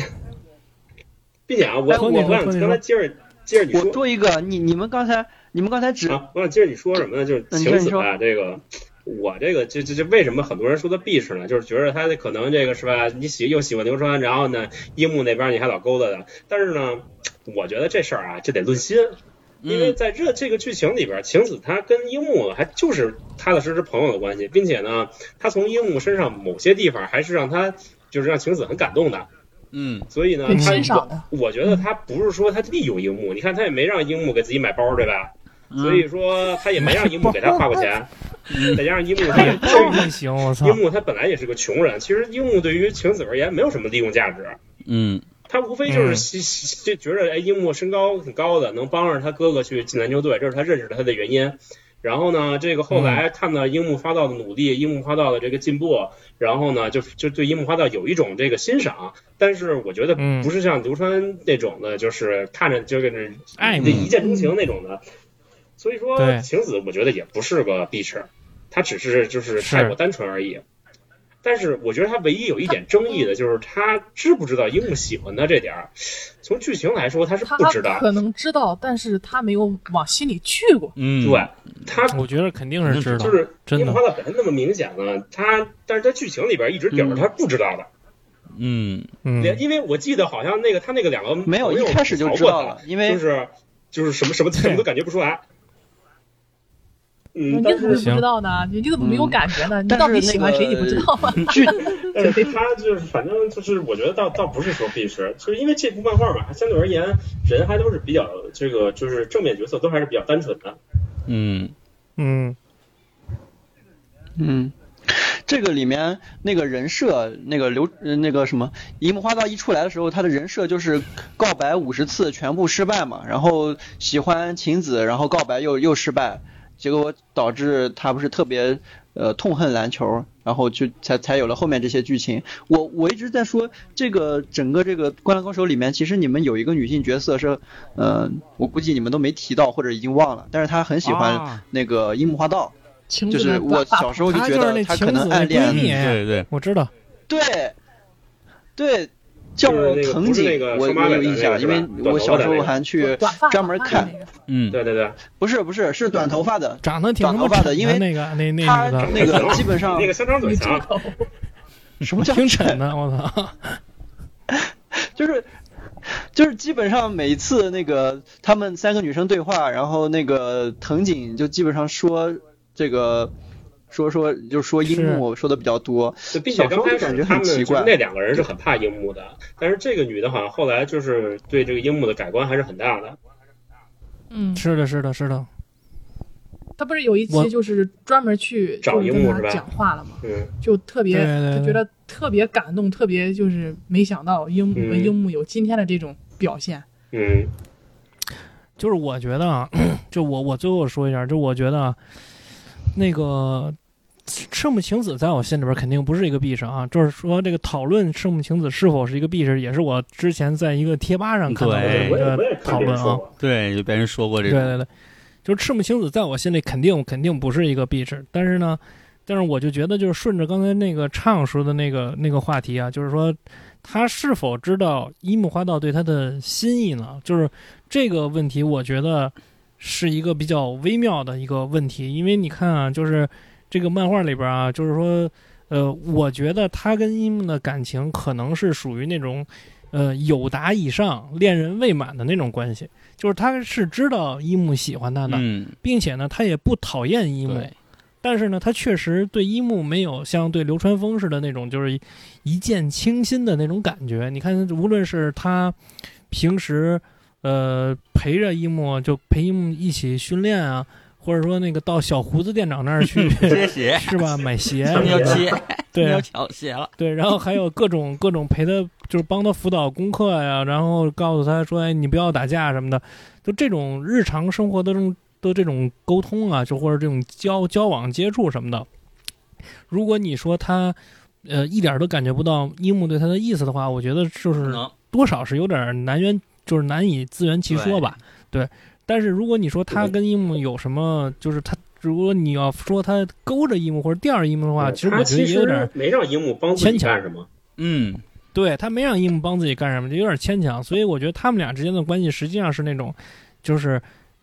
并且啊，我想刚才接着你说， 我说一个，你们刚才只啊，我想接着你说什么呢？就是晴子啊，这个我这个这为什么很多人说他避世呢？就是觉得他可能这个是吧？你又喜欢流川，然后呢，樱木那边你还老勾搭的。但是呢，我觉得这事儿啊，这得论心。因为在这个剧情里边，晴子她跟樱木还就是踏踏实实朋友的关系，并且呢，她从樱木身上某些地方还是让晴子很感动的。所以呢，我觉得他不是说他利用樱木，你看他也没让樱木给自己买包，对吧？所以说他也没让樱木给他花过钱，再加上樱木他也不行，我操！ 樱木他本来也是个穷人，其实樱木对于晴子而言没有什么利用价值。他无非就是觉得哎，樱木身高很高的，能帮着他哥哥去进篮球队，这是他认识他的原因。然后呢，这个后来看到樱木花道的努力，樱木花道的这个进步，然后呢，就对樱木花道有一种这个欣赏。但是我觉得不是像流川那种的，就是看着就是一见钟情那种的。所以说，晴子我觉得也不是个避世，他只是就是太过单纯而已。但是我觉得他唯一有一点争议的就是他知不知道樱木喜欢他这点儿，从剧情来说他是不知道， 他可能知道，但是他没有往心里去过。 对， 我觉得肯定是知道， 就是樱木花道本身那么明显了，但是在剧情里边一直顶着他不知道的。因为我记得好像他那个两个没有一开始就知道了，因为就是什么都感觉不出来。 你怎么不知道呢？你怎么没有感觉呢？你到底喜欢谁？你不知道吗？ 但是他就是反正就是我觉得倒不是说避世，就是因为这部漫画嘛，相对而言人还都是比较这个就是正面角色都还是比较单纯的。 这个里面那个人设，那个什么樱木花道一出来的时候，他的人设就是告白50次全部失败嘛，然后喜欢晴子，然后告白又失败。结果导致他不是特别痛恨篮球，然后就才有了后面这些剧情。我一直在说这个整个这个灌篮高手里面，其实你们有一个女性角色是我估计你们都没提到或者已经忘了，但是她很喜欢那个樱木花道，就是我小时候就觉得她可能暗恋， 对， 我知道， 对。叫藤井，我有印象，因为我小时候还去专门看。 对， 不是，是短头发的， 长得挺短头发的，因为他那个基本上那个香肠嘴强， 什么叫挺沉的？我操！ 就是基本上每一次那个他们3个女生对话，然后那个藤井就基本上说这个。就说樱木说的比较多， 并且刚开始他们那2个人是很怕樱木的，但是这个女的好像后来就是对这个樱木的改观还是很大的。 是的。 他不是有一期就是专门去找樱木是吧？ 讲话了吗？就特别他觉得特别感动，特别就是没想到樱木有今天的这种表现。 就是我觉得啊，就我最后说一下，就我觉得那个赤木晴子在我心里边肯定不是一个避世啊，就是说这个讨论赤木晴子是否是一个避世，也是我之前在一个贴吧上看到的一个讨论啊。 对，就别人说过这种。 对，就是赤木晴子在我心里肯定不是一个避世，但是我就觉得就是顺着刚才那个畅说的那个话题啊，就是说他是否知道樱木花道对他的心意呢？就是这个问题，我觉得是一个比较微妙的一个问题，因为你看啊，就是这个漫画里边啊，就是说，我觉得他跟樱木的感情可能是属于那种，友达以上、恋人未满的那种关系，就是他是知道樱木喜欢他的，并且呢，他也不讨厌樱木，但是呢，他确实对樱木没有像对流川枫似的那种就是一见倾心的那种感觉。你看，无论是他平时。陪着樱木，就陪樱木一起训练啊，或者说那个到小胡子店长那儿去接鞋是吧？买鞋， 要接， 对， 要挑鞋了， 对，然后还有各种陪他，就是帮他辅导功课呀，然后告诉他说，哎，你不要打架什么的，就这种日常生活的这种沟通啊，就或者这种交往接触什么的。如果你说他一点都感觉不到樱木对他的意思的话，我觉得就是多少是有点难以自圆其说吧。对，但是如果你说他跟樱木有什么，就是他如果你要说他勾着樱木或者吊着樱木的话，其实我觉得也有点没让樱木帮自己干什么。 对，他没让樱木帮自己干什么，就有点牵强。所以我觉得他们俩之间的关系实际上是那种，就是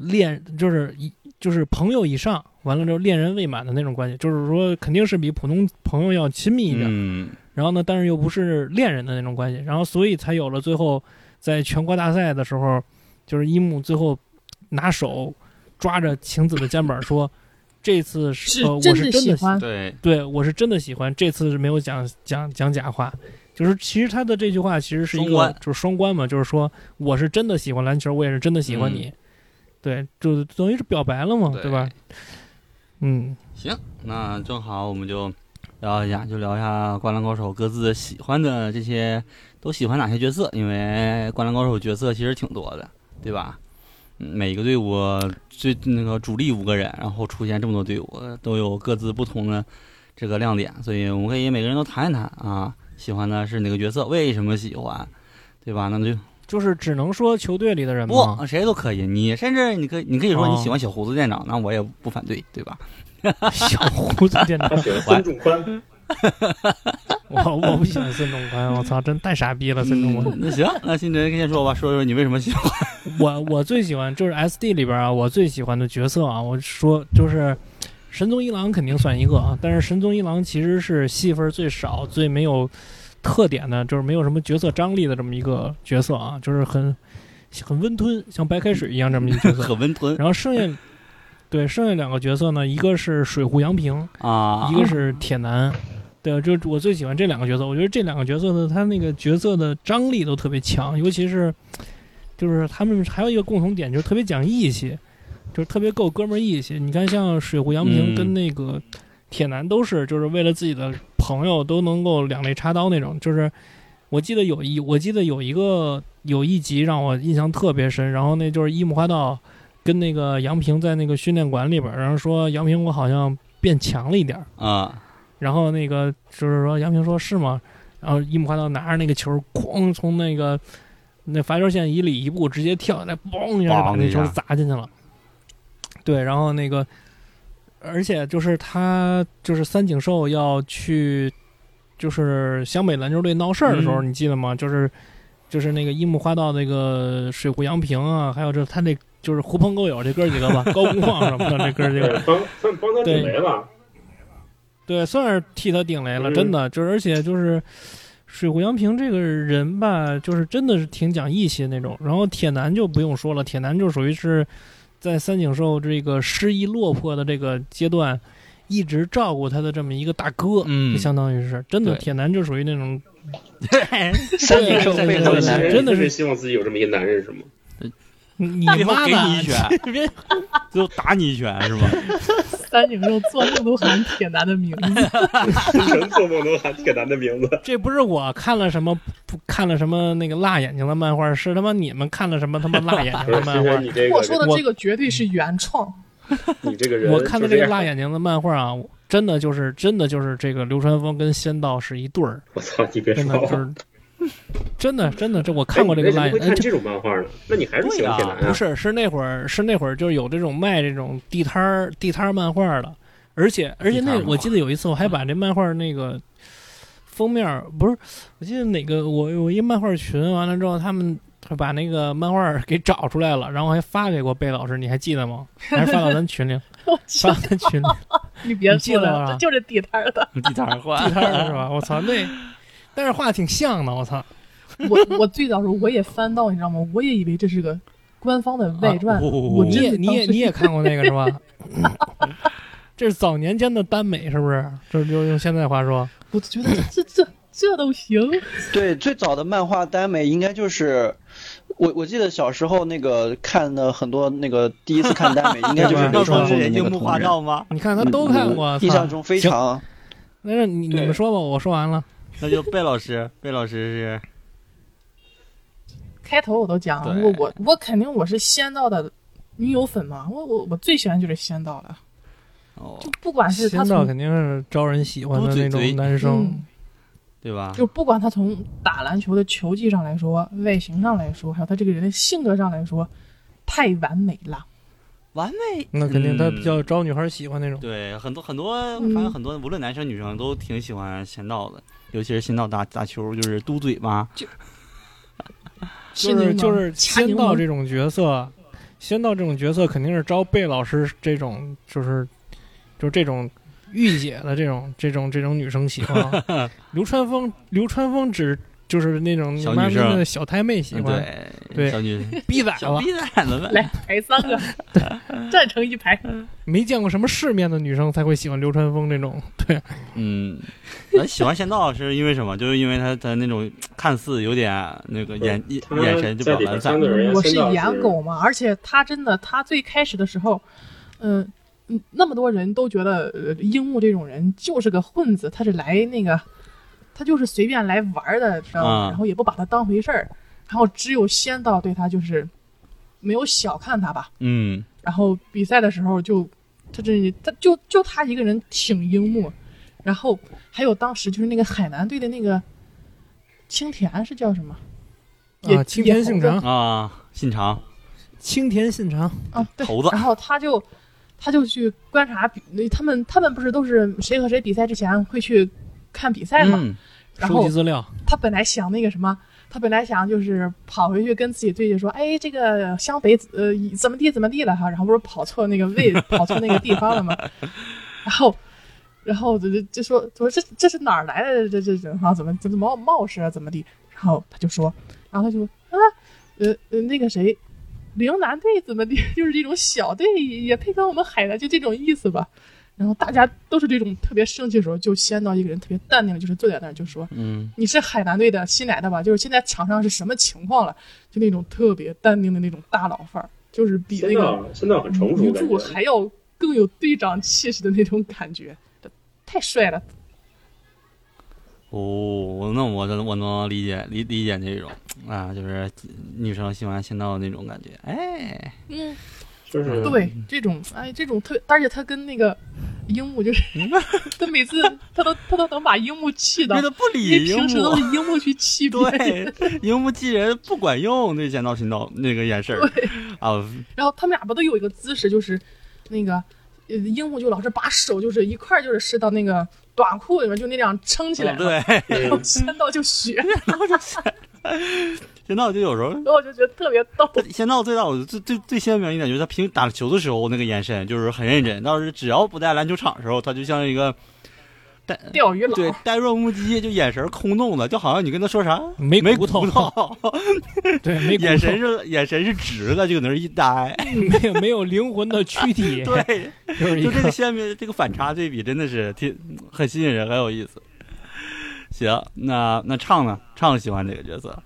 就是朋友以上，完了之后恋人未满的那种关系，就是说肯定是比普通朋友要亲密一点。然后呢，但是又不是恋人的那种关系，然后所以才有了最后在全国大赛的时候，就是樱木最后拿手抓着晴子的肩膀说：“这次我是真的喜欢，对，我是真的喜欢，这次是没有讲假话。”就是其实他的这句话其实是一个就是双关嘛，就是说我是真的喜欢篮球，我也是真的喜欢你。对，就等于是表白了嘛，对吧？ 行，那正好我们就聊一下《灌篮高手》各自喜欢的这些都喜欢哪些角色，因为《灌篮高手》角色其实挺多的，对吧？每一个队伍主力5个人，然后出现这么多队伍，都有各自不同的这个亮点，所以我们可以每个人都谈一谈啊，喜欢的是哪个角色，为什么喜欢，对吧？那就是只能说球队里的人吗？ 不，谁都可以。你甚至你可以说你喜欢小胡子店长，那我也不反对，对吧？ 小胡子店长， 他喜欢孙仲宽。 我不喜欢孙仲宽，我操，真太傻逼了，孙仲宽。 那行，那新哲先说吧，说说你为什么喜欢。 我最喜欢就是 SD 里边啊，我最喜欢的角色啊，我说就是神宗一郎肯定算一个啊，但是神宗一郎其实是戏份最少、最没有特点的，就是没有什么角色张力的这么一个角色啊，就是很温吞，像白开水一样这么一个角色， 很温吞。 然后剩下2个角色呢，一个是水户洋平啊，一个是铁男。对，就我最喜欢这2个角色，我觉得这2个角色的他那个角色的张力都特别强，尤其是就是他们还有一个共同点，就是特别讲义气，就是特别够哥们儿义气。你看，像水户洋平跟那个铁男都是，就是为了自己的朋友都能够两肋插刀那种。就是我记得有一集让我印象特别深，然后那就是樱木花道跟那个洋平在那个训练馆里边，然后说洋平我好像变强了一点啊。然后那个就是说杨平说是吗？然后樱木花道拿着那个球，哐从那罚球线以里一步直接跳下来，嘣一下就把那球砸进去了。对，然后那个，而且就是他就是三井寿要去，就是湘北篮球队闹事儿的时候，你记得吗？就是那个樱木花道那个水户洋平啊，还有这他那就是狐朋狗友这哥几个吧，高公放什么的这哥几个， 帮他顶雷了。 对，算是替他顶雷了，真的就是，而且就是水户洋平这个人吧，就是真的是挺讲义气的那种。然后铁男就不用说了，铁男就属于是在三井寿这个失意落魄的这个阶段，一直照顾他的这么一个大哥，就相当于是真的。铁男就属于那种三井寿背后的男人， 真的是希望自己有这么一个男人，是吗？ 你妈给你一拳，最后打你一拳是吗？ 三井寿做梦都喊铁男的名字， 真做梦都喊铁男的名字。 这不是我看了什么那个辣眼睛的漫画，是他妈你们看了什么他妈辣眼睛的漫画？ 我说的这个绝对是原创。 你这个人， 我看的这个辣眼睛的漫画啊，真的就是这个流川枫跟仙道是一对儿。 我操，你别说， 真的，这我看过这个辣眼睛。 你看这种漫画呢？那你还是喜欢铁男啊？ 不是，是那会儿就是有这种卖这种地摊漫画的，而且那我记得有一次我还把这漫画那个封面不是，我记得哪个我有一漫画群，完了之后他们把那个漫画给找出来了，然后还发给过贝老师，你还记得吗？还是发到咱群里？发到咱群里。 你别说了，这就是地摊的。 地摊画， 地摊的是吧？我操，那但是画挺像的，我操。 我最早时候我也翻到，你知道吗？我也以为这是个官方的外传。你也看过那个是吧？这是早年间的耽美，是不是？就用现在话说，我觉得这都行。 对，最早的漫画耽美应该就是我记得小时候那个看的很多那个第一次看耽美，应该就是流川枫的那个同人吗？ 你看他都看过， 印象中非常。 那是你们说吧，我说完了。 那就贝老师是。 开头我都讲了，我肯定我是仙道的女友粉嘛，我最喜欢就是仙道的，就不管是他仙道肯定是招人喜欢的那种男生， 对吧？ 就不管他从打篮球的球技上来说，外形上来说，还有他这个人的性格上来说，太完美了。 完美， 那肯定他比较招女孩喜欢那种。 对，很多，反正很多，无论男生女生都挺喜欢仙道的，尤其是仙道打球就是嘟嘴嘛， 就是仙道这种角色，肯定是招贝老师这种就是这种御姐的这种女生喜欢。流川枫就是那种小女生的小太妹喜欢，对小女生逼崽了， 逼崽子来排3个，站成一排。 没见过什么世面的女生才会喜欢流川枫这种，对， 喜欢仙道是因为什么？就是因为他那种看似有点那个眼神就比较懒散。 我是颜狗嘛，而且他最开始的时候，那么多人都觉得樱木这种人就是个混子，他是来那个。他就是随便来玩的，知道吗？然后也不把他当回事儿，然后只有仙道对他就是没有小看他吧，然后比赛的时候就他一个人挺樱木，然后还有当时就是那个海南队的那个青田是叫什么？ 青田信长信长， 青田信长对， 猴子。 然后他就去观察他们不是都是谁和谁比赛之前会去看比赛嘛，然后收集资料。 他本来想那个什么，他本来想就是跑回去跟自己队友说，哎，这个湘北怎么地了哈，然后不是跑错那个跑错那个地方了吗？然后就说这是哪儿来的这啊怎么冒失啊怎么地？然后他就说那个谁，陵南队怎么地，就是这种小队也配跟我们海南，就这种意思吧。然后大家都是这种特别生气的时候，就先到一个人特别淡定的，就是坐在那儿就说，你是海南队的新来的吧？就是现在场上是什么情况了？就那种特别淡定的那种大佬范儿，就是比那个现在很成熟， 女主还要更有队长气势的那种感觉，太帅了。 那我能理解那种就是女生喜欢仙道那种感觉， 就是对这种特别，而且他跟那个樱木就是他每次他都能把樱木气到， 他不理樱木， 平时都是樱木去气别人，对，樱木气人不管用，那仙道那个眼神然后他们俩不都有一个姿势，就是那个樱木就老是把手就是一块就是伸到那个短裤里面，就那样撑起来， 对， 然后仙道就学，然后就仙道就有时候， 我就觉得特别逗。 仙道最大我最鲜明一点就是他平时打球的时候那个眼神就是很认真，但是只要不在篮球场的时候，他就像一个钓鱼佬， 对，呆若木鸡，就眼神空洞的，就好像你跟他说啥没骨头，对，没骨头， 眼神是直的，就搁那一呆， 没有灵魂的躯体， 对，就这个鲜明这个反差对比真的是很吸引人，很有意思。行，那畅呢？畅喜欢这个角色？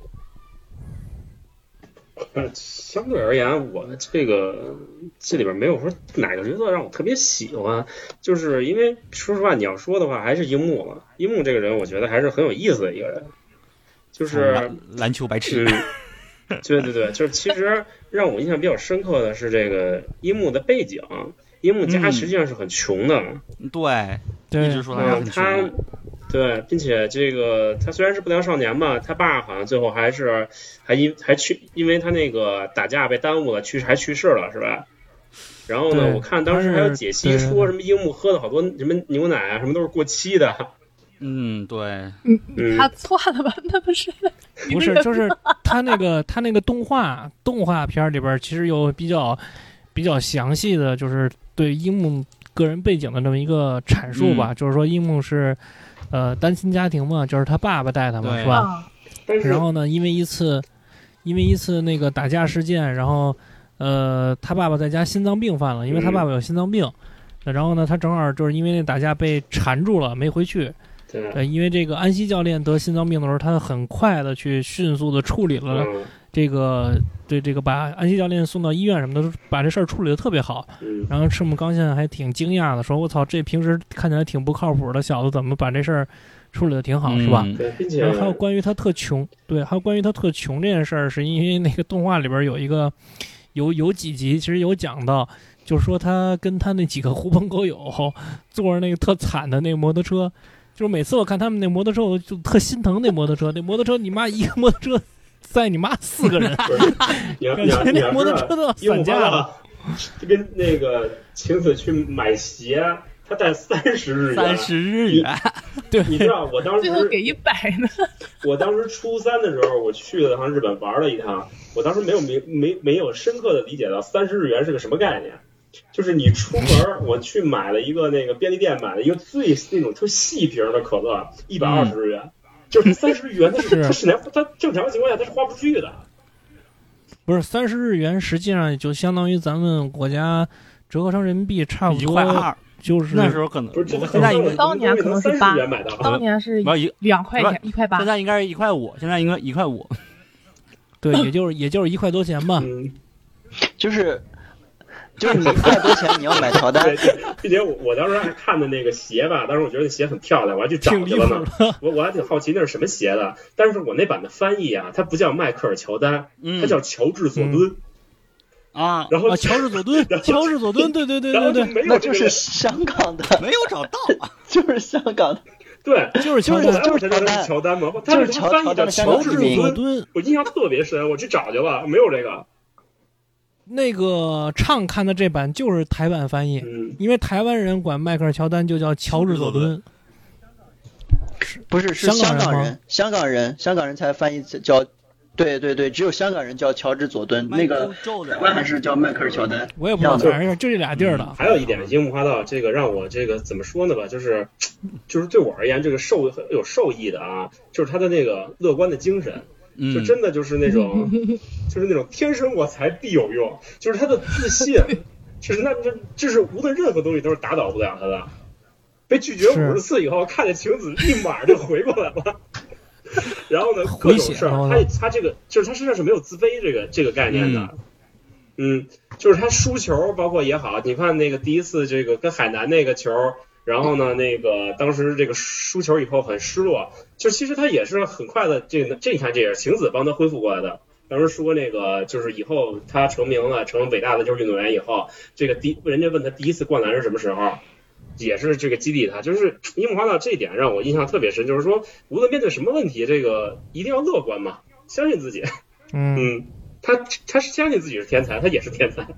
相对而言，我这里边没有说哪个角色让我特别喜欢，就是因为说实话，你要说的话还是樱木了。樱木这个人，我觉得还是很有意思的一个人，就是篮球白痴。 对，就是其实让我印象比较深刻的是这个樱木的背景，樱木家实际上是很穷的， 对，一直说他很穷。 对，并且这个他虽然是不良少年吧，他爸好像最后还因为他那个打架被耽误了，去世了，是吧？然后呢，我看当时还有解析说什么樱木喝的好多什么牛奶啊，什么都是过期的。 对， 他错了吧？那不是， 就是他那个动画片里边其实有比较详细的，就是对樱木个人背景的这么一个阐述吧，就是说樱木是。单亲家庭嘛，就是他爸爸带他嘛，是吧？然后呢，因为一次那个打架事件，然后他爸爸在家心脏病犯了，因为他爸爸有心脏病，然后呢，他正好就是因为那打架被缠住了，没回去。对，因为这个安西教练得心脏病的时候，他很快的去迅速的处理了这个，对这个把安西教练送到医院什么的，把这事儿处理的特别好。然后赤木刚宪还挺惊讶的，说我操，这平时看起来挺不靠谱的小子，怎么把这事儿处理的挺好，是吧？然后还有关于他特穷，还有关于他特穷这件事儿，是因为那个动画里边有一个有几集其实有讲到，就是说他跟他那几个狐朋狗友坐着那个特惨的那个摩托车， 就是每次我看他们那摩托车，我就特心疼那摩托车。那摩托车，你妈一个摩托车载你妈4个人，感觉那摩托车都要散架了。 就跟那个晴子去买鞋，他带30日元。 30日元， 对， 你知道我当时最后给100呢。 我当时初3的时候，我去了趟日本玩了一趟，我当时没有深刻的理解到30日元是个什么概念。就是你出门，我去买了一个那个便利店买了一个最那种特细瓶的可乐，120日元，就是30日元，它正常情况下它是花不出去的。 不是30日元，实际上就相当于咱们国家折合成人民币差不多 1.2块， 就是那时候可能不是现在应该当年可能是 30日元买到， 当年是2块钱，1块8。 现在应该是1块5，现在应该1块5。 对，也就是1块多钱吧。 就是你1块多钱你要买乔丹， 并且我当时还看的那个鞋吧，当时我觉得那鞋很漂亮，我还去找去了呢。我还挺好奇那是什么鞋的，但是我那版的翻译啊，它不叫迈克尔乔丹，它叫乔治佐敦。 啊， 然后乔治佐敦，乔治佐敦，对， 那就是香港的， 没有找到， 就是香港的， 对， 就是乔丹嘛， 就是乔丹的乔治佐敦， 我印象特别深，我去找去了，没有这个。 那个畅看的这版就是台版翻译，因为台湾人管迈克尔乔丹就叫乔治佐敦， 不是香港人才翻译叫。对，只有香港人叫乔治佐敦，那个台湾还是叫迈克尔乔丹。 我也不知道，反正就这俩地儿的。 还有一点，樱木花道这个让我这个怎么说呢吧，就是对我而言，这个有受益的啊，就是他的那个乐观的精神。就真的就是那种天生我材必有用，就是他的自信，就是无论任何东西都是打倒不了他的。被拒绝50次以后，看见晴子立马就回过来了。然后呢，各种事儿，他这个就是他身上是没有自卑这个概念的。就是他输球，包括也好，你看那个第一次这个跟海南那个球。然后呢，那个当时这个输球以后很失落，就其实他也是很快的，这你看这也是晴子帮他恢复过来的。当时说那个就是以后他成名了，成为伟大的就是运动员以后，这个人家问他第一次灌篮是什么时候，也是这个激励他。就是樱木花道这一点让我印象特别深，就是说无论面对什么问题，这个一定要乐观嘛，相信自己。他是相信自己是天才，他也是天才。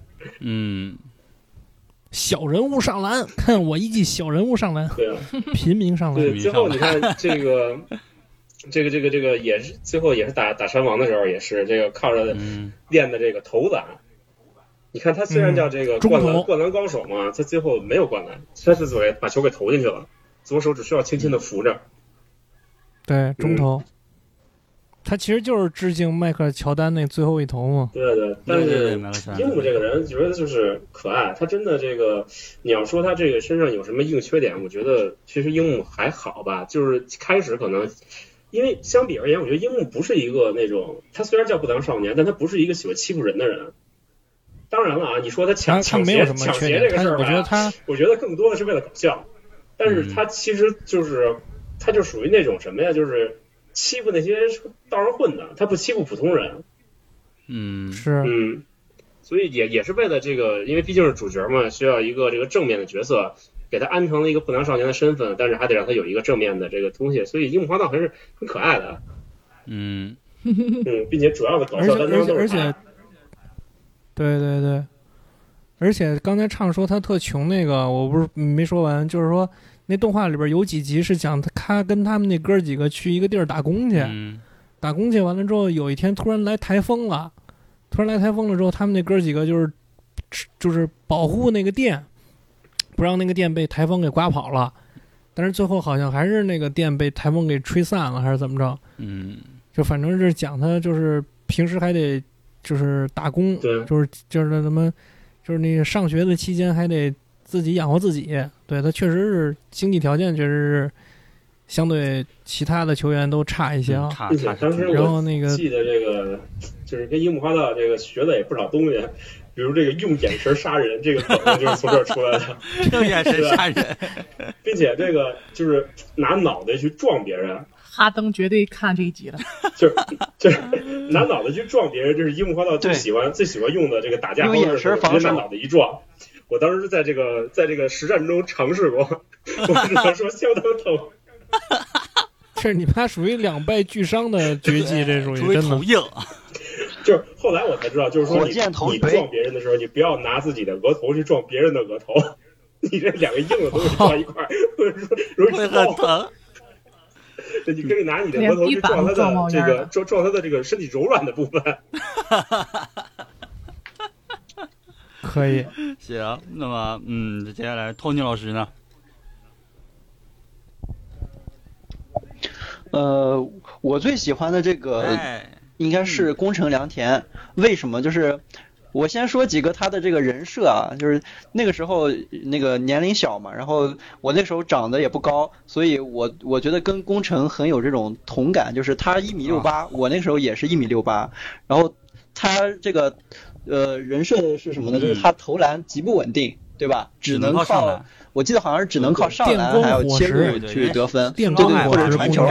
小人物上篮，看我一记小人物上篮。 对啊， 平民上篮。 对，最后你看这个也是最后也是打山王的时候也是这个靠着练的这个投篮。你看他虽然叫这个灌篮高手嘛，他最后没有灌篮，他是把球给投进去了，左手只需要轻轻的扶着。 对，中投。他其实就是致敬迈克尔乔丹那最后一投嘛。 对，但是樱木这个人觉得就是可爱，他真的这个你要说他这个身上有什么硬缺点，我觉得其实樱木还好吧，就是开始可能因为相比而言，我觉得樱木不是一个那种，他虽然叫不良少年，但他不是一个喜欢欺负人的人。当然了啊，你说他抢鞋这个事儿吧，我觉得更多的是为了搞笑，但是他其实他就属于那种什么呀，就是欺负那些道上混的，他不欺负普通人。所以也是为了这个，因为毕竟是主角嘛，需要一个这个正面的角色，给他安成了一个不良少年的身份，但是还得让他有一个正面的这个东西，所以樱木花道还是很可爱的。并且主要的搞笑担当都是他。 对，而且刚才畅说他特穷那个，我不是没说完，就是说那动画里边有几集是讲他跟他们那哥几个去一个地儿打工去，打工去完了之后，有一天突然来台风了之后，他们那哥几个就是保护那个店，不让那个店被台风给刮跑了，但是最后好像还是那个店被台风给吹散了，还是怎么着？就反正是讲他就是平时还得就是打工，就是那什么，就是那个上学的期间还得自己养活自己。对，他确实是经济条件确实是相对其他的球员都差一些啊。 当时我记得这个就是跟樱木花道这个学的也不少东西，比如这个用眼神杀人，这个可能就是从这儿出来的。 用眼神杀人， 并且这个就是拿脑袋去撞别人。 哈登绝对看这一集了， 就是拿脑袋去撞别人，这是樱木花道最喜欢用的这个打架方式，直接拿脑袋一撞。我当时在这个实战中尝试过，我只能说相当疼。 这你妈属于两败俱伤的绝技，这属于真的。 头硬。 就是后来我才知道，就是说火箭头你撞别人的时候，你不要拿自己的额头去撞别人的额头，你这两个硬的东西撞一块儿，容易会很疼。 你可以拿你的额头去撞他的这个撞他的这个身体柔软的部分。 可以。 行，那么接下来托尼老师呢？ 我最喜欢的这个应该是宫城良田。为什么？就是我先说几个他的这个人设啊，就是那个时候那个年龄小嘛，然后我那时候长得也不高，所以我觉得跟宫城很有这种同感，就是他1.68米，我那时候也是1.68米，然后他这个人设是什么呢？就是他投篮极不稳定，对吧？只能靠，我记得好像是只能靠上篮还有切入去得分，对，或者传球。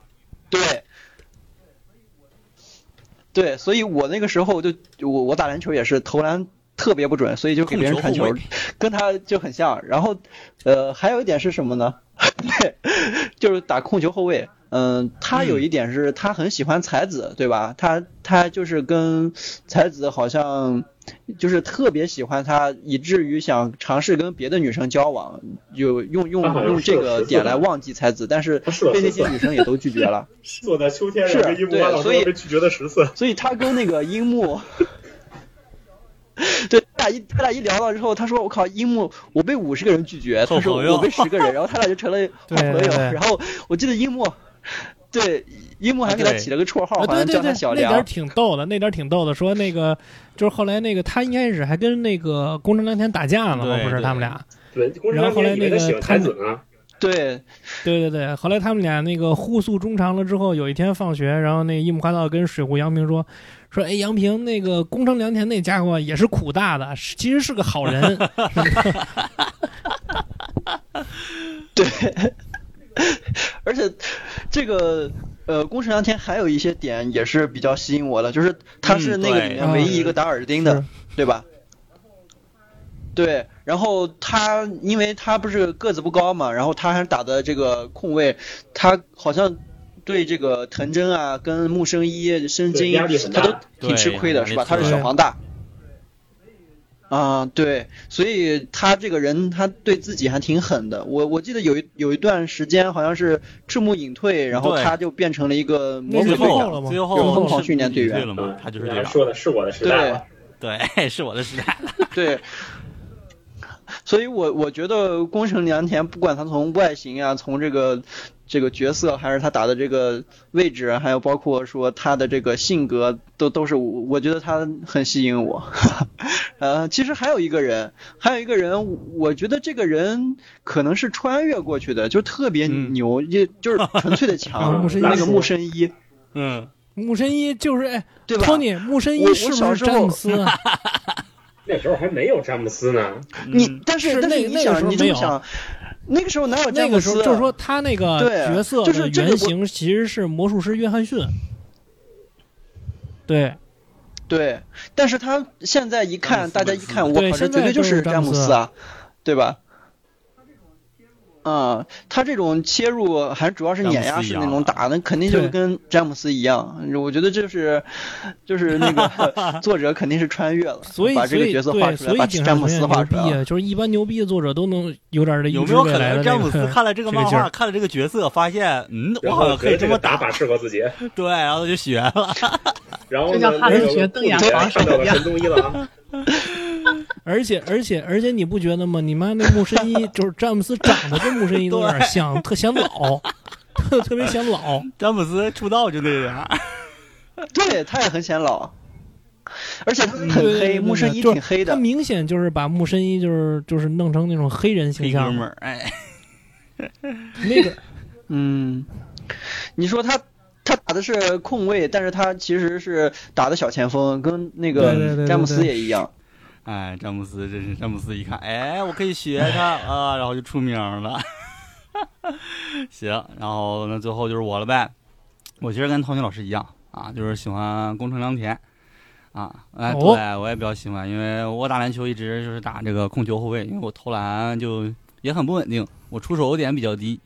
对，所以我那个时候我打篮球也是投篮特别不准，所以就给别人传球，跟他就很像。然后还有一点是什么呢？对，就是打控球后卫。他有一点是他很喜欢才子，对吧？他就是跟才子好像就是特别喜欢他，以至于想尝试跟别的女生交往，就用这个点来忘记才子，但是被那些女生也都拒绝了。 坐在秋天上跟樱木花道说被拒绝的10次， 所以他跟那个樱木。对，他俩一聊到之后，他说：“我靠，樱木，我被50个人拒绝。”他说：“我被10个人。”然后他俩就成了好朋友。然后我记得樱木还给他起了个绰号，好像叫他小梁。 那点挺逗的。说那个就是后来那个他一开始还跟那个宫城良田打架呢，不是他们俩？ 对， 然后后来那个他们对， 后来他们俩那个互诉衷肠了之后，有一天放学，然后那个樱木花道跟水户洋平说，哎，洋平，那个宫城良田那家伙也是苦大的，其实是个好人。 对，而且这个宫城良田还有一些点也是比较吸引我的，就是他是那个里面唯一一个打耳钉的，对吧？对，然后他因为他不是个子不高嘛，然后他还打的这个控卫，他好像对这个藤真啊跟木生一深津他都挺吃亏的，是吧？他是小黄大啊，对，所以他这个人他对自己还挺狠的。我记得有一段时间好像是赤木隐退，然后他就变成了一个魔鬼队长， 最后疯狂训练队员了嘛，他就是队长。 说的是我的时代了， 对，是我的时代了， 对。所以我觉得宫城良田不管他从外形啊，从这个角色，还是他打的这个位置，还有包括说他的这个性格，都是我觉得他很吸引我。其实还有一个人，我觉得这个人可能是穿越过去的，就特别牛，就是纯粹的强。那个木生一， 木生一就是对吧？ Tony 木生一是不是詹姆斯？ 那时候还没有詹姆斯呢。 但是你想，你这么想，那个时候哪有詹姆斯？ 那个时候就是说他那个角色的原型其实是魔术师约翰逊。 对，但是他现在一看，大家一看，我靠，这绝对就是詹姆斯啊，对吧？他这种切入还主要是碾压式那种打，那肯定就跟詹姆斯一样。我觉得就是那个作者肯定是穿越了，把这个角色画出来，把詹姆斯画出来。 就是一般牛逼的作者都能有点的有没有可能詹姆斯看了这个漫画，看了这个角色，发现我好像可以这么打法适合自己， 对，然后就学了。 然后这叫哈林学瞪眼狂看到了神宗一了啊。 而且你不觉得吗？你妈那木生一就是詹姆斯长得跟木生一都有点像，特显老，特别显老。 詹姆斯出道就那样， 对，他也很显老，而且他很黑，木生一挺黑的。 他明显就是把木生一就是弄成那种黑人形象。 黑哥们儿， 那个， 你说他打的是控卫，但是他其实是打的小前锋，跟那个詹姆斯也一样。 詹姆斯真是，詹姆斯一看，我可以学他啊，然后就出名了。行，然后那最后就是我了呗。我其实跟陶宁老师一样啊，就是喜欢宫城良田啊。对，我也比较喜欢，因为我打篮球一直就是打这个控球后卫，因为我投篮就也很不稳定，我出手点比较低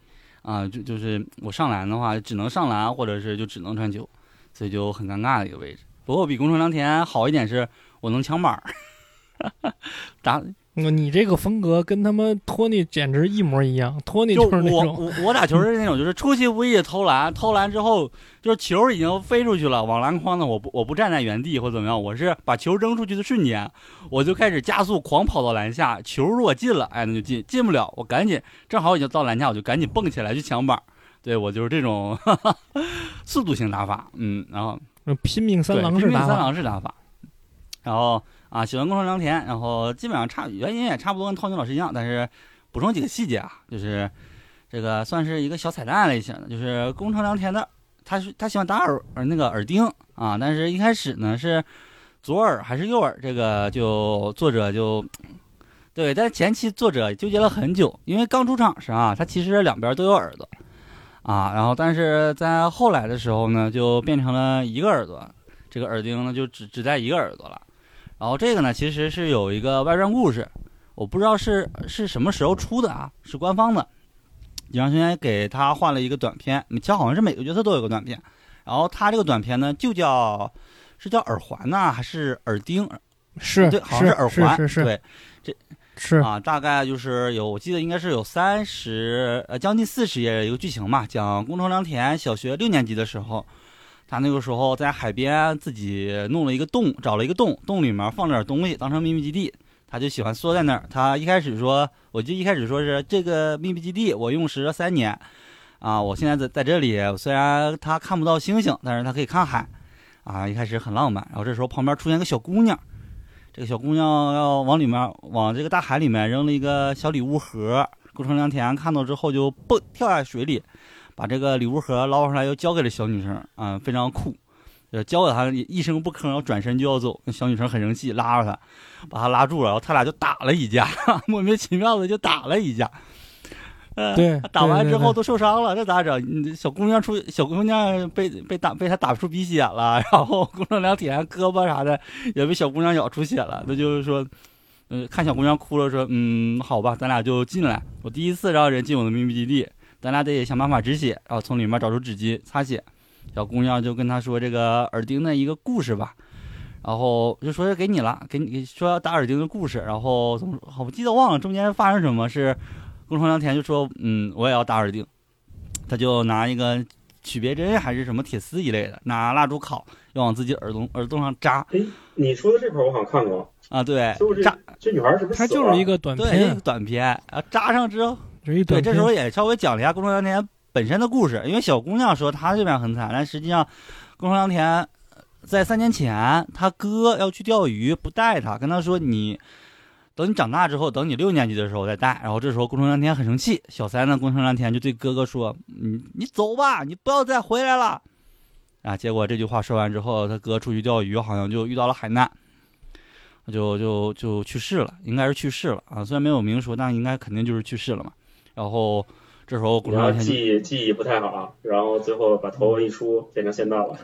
啊，就是我上篮的话只能上篮，或者是就只能传球，所以就很尴尬的一个位置。不过我比宫城良田好一点是我能抢板打。 你这个风格跟他们托尼简直一模一样，托尼就是那种我打球是那种就是出其不意投篮，投篮之后就是球已经飞出去了，往篮筐呢我不站在原地或怎么样，我是把球扔出去的瞬间我就开始加速狂跑到篮下，球如果进了哎那就进，进不了我赶紧正好已经到篮下我就赶紧蹦起来去抢板。对，我就是这种速度型打法，然后拼命三郎式打法，然后啊，喜欢宫城良田，然后基本上原因也差不多跟涛宁老师一样，但是补充几个细节啊，就是这个算是一个小彩蛋类型的，就是宫城良田的他喜欢打那个耳钉啊，但是一开始呢是左耳还是右耳，这个就作者就对，但前期作者纠结了很久，因为刚出场时啊，他其实两边都有耳朵啊，然后但是在后来的时候呢，就变成了一个耳朵，这个耳钉呢就只在一个耳朵了。然后这个呢，其实是有一个外传故事，我不知道是什么时候出的啊，是官方的。井上雄彦给他画了一个短片，其实好像是每个角色都有个短片。然后他这个短片呢，就叫耳环呢，还是耳钉？对，好像是耳环。 是对，这是啊，大概就是我记得应该是有将近40页一个剧情嘛，讲宫城良田小学6年级的时候。他那个时候在海边自己弄了一个洞，找了一个洞里面放了点东西当成秘密基地，他就喜欢缩在那儿。他一开始说是这个秘密基地我用时了3年啊，我现在在这里，虽然他看不到星星，但是他可以看海啊，一开始很浪漫。然后这时候旁边出现个小姑娘，这个小姑娘要往这个大海里面扔了一个小礼物盒，宫城良田看到之后就跳下水里，把这个礼物盒捞上来，又交给了小女生，非常酷，交给她一声不吭，然后转身就要走。小女生很生气，拉着她，把她拉住了，然后他俩就打了一架，莫名其妙的就打了一架。 对， 打完之后都受伤了，这咋整？小姑娘被他打出鼻血了，然后宫城良田胳膊啥的也被小姑娘咬出血了。那就是说，看小姑娘哭了，说好吧，咱俩就进来。我第一次让人进我的秘密基地。咱俩得想办法止血，然后从里面找出纸巾擦血。小姑娘就跟他说这个耳钉的一个故事吧，然后就说给你了，给你说要打耳钉的故事。然后怎么好，我记得忘了中间发生什么，是宫城良田就说我也要打耳钉，他就拿一个曲别针还是什么铁丝一类的，拿蜡烛烤，要往自己耳洞上扎。 你说的这块我好像看过啊，对， 这女孩是不是她就是一个短片， 对，一个短片，然后扎上之后。对，这时候也稍微讲了一下宫城良田本身的故事，因为小姑娘说她这边很惨，但实际上宫城良田在3年前他哥要去钓鱼不带他，跟他说等你长大之后，等你6年级的时候再带。然后这时候宫城良田很生气，小3呢宫城良田就对哥哥说你走吧，你不要再回来了啊。结果这句话说完之后，他哥出去钓鱼好像就遇到了海难，就去世了，应该是去世了啊，虽然没有明说，但应该肯定就是去世了嘛。然后这时候宫城良田记忆不太好，然后最后把头一梳变成仙道了。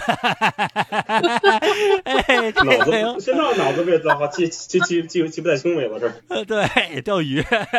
仙道脑子被糟糕，记不太清楚了是。 对，钓鱼，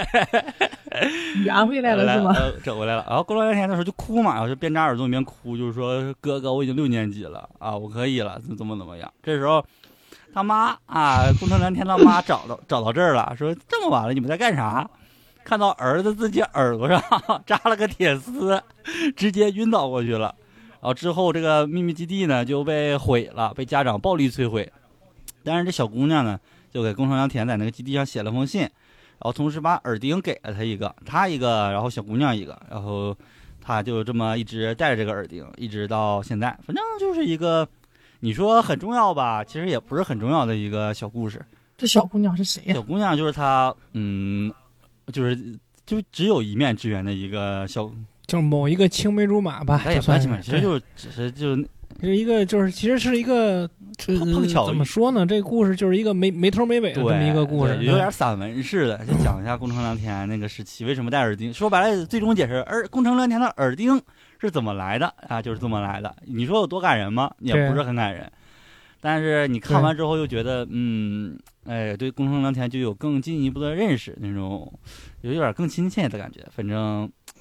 圆回来了是吗？ 整回来了。然后宫城良田那时候就哭嘛，然后就边扎耳洞边哭，就是说哥哥，我已经6年级了啊，我可以了，怎么样？这时候他妈啊，宫城良田他妈找到这儿了，说这么晚了你们在干啥？看到儿子自己耳朵上扎了个铁丝，直接晕倒过去了。然后之后这个秘密基地呢就被毁了，被家长暴力摧毁。但是这小姑娘呢就给宫城良田在那个基地上写了封信，然后同时把耳钉给了他一个，然后小姑娘一个，然后他就这么一直带着这个耳钉，一直到现在。反正就是一个你说很重要吧，其实也不是很重要的一个小故事。 这小姑娘是谁呀？ 小姑娘就是她，就只有一面之缘的一个就是某一个青梅竹马吧， 也算其实只是一个其实是一个碰巧怎么说呢？这个故事就是一个没头没尾的这么一个故事， 有点散文式的，就讲一下宫城良田那个时期为什么戴耳钉。说白了，最终解释宫城良田的耳钉是怎么来的啊？就是这么来的。你说有多感人吗？也不是很感人。但是你看完之后又觉得，对宫城良田就有更进一步的认识，那种有点更亲切的感觉。反正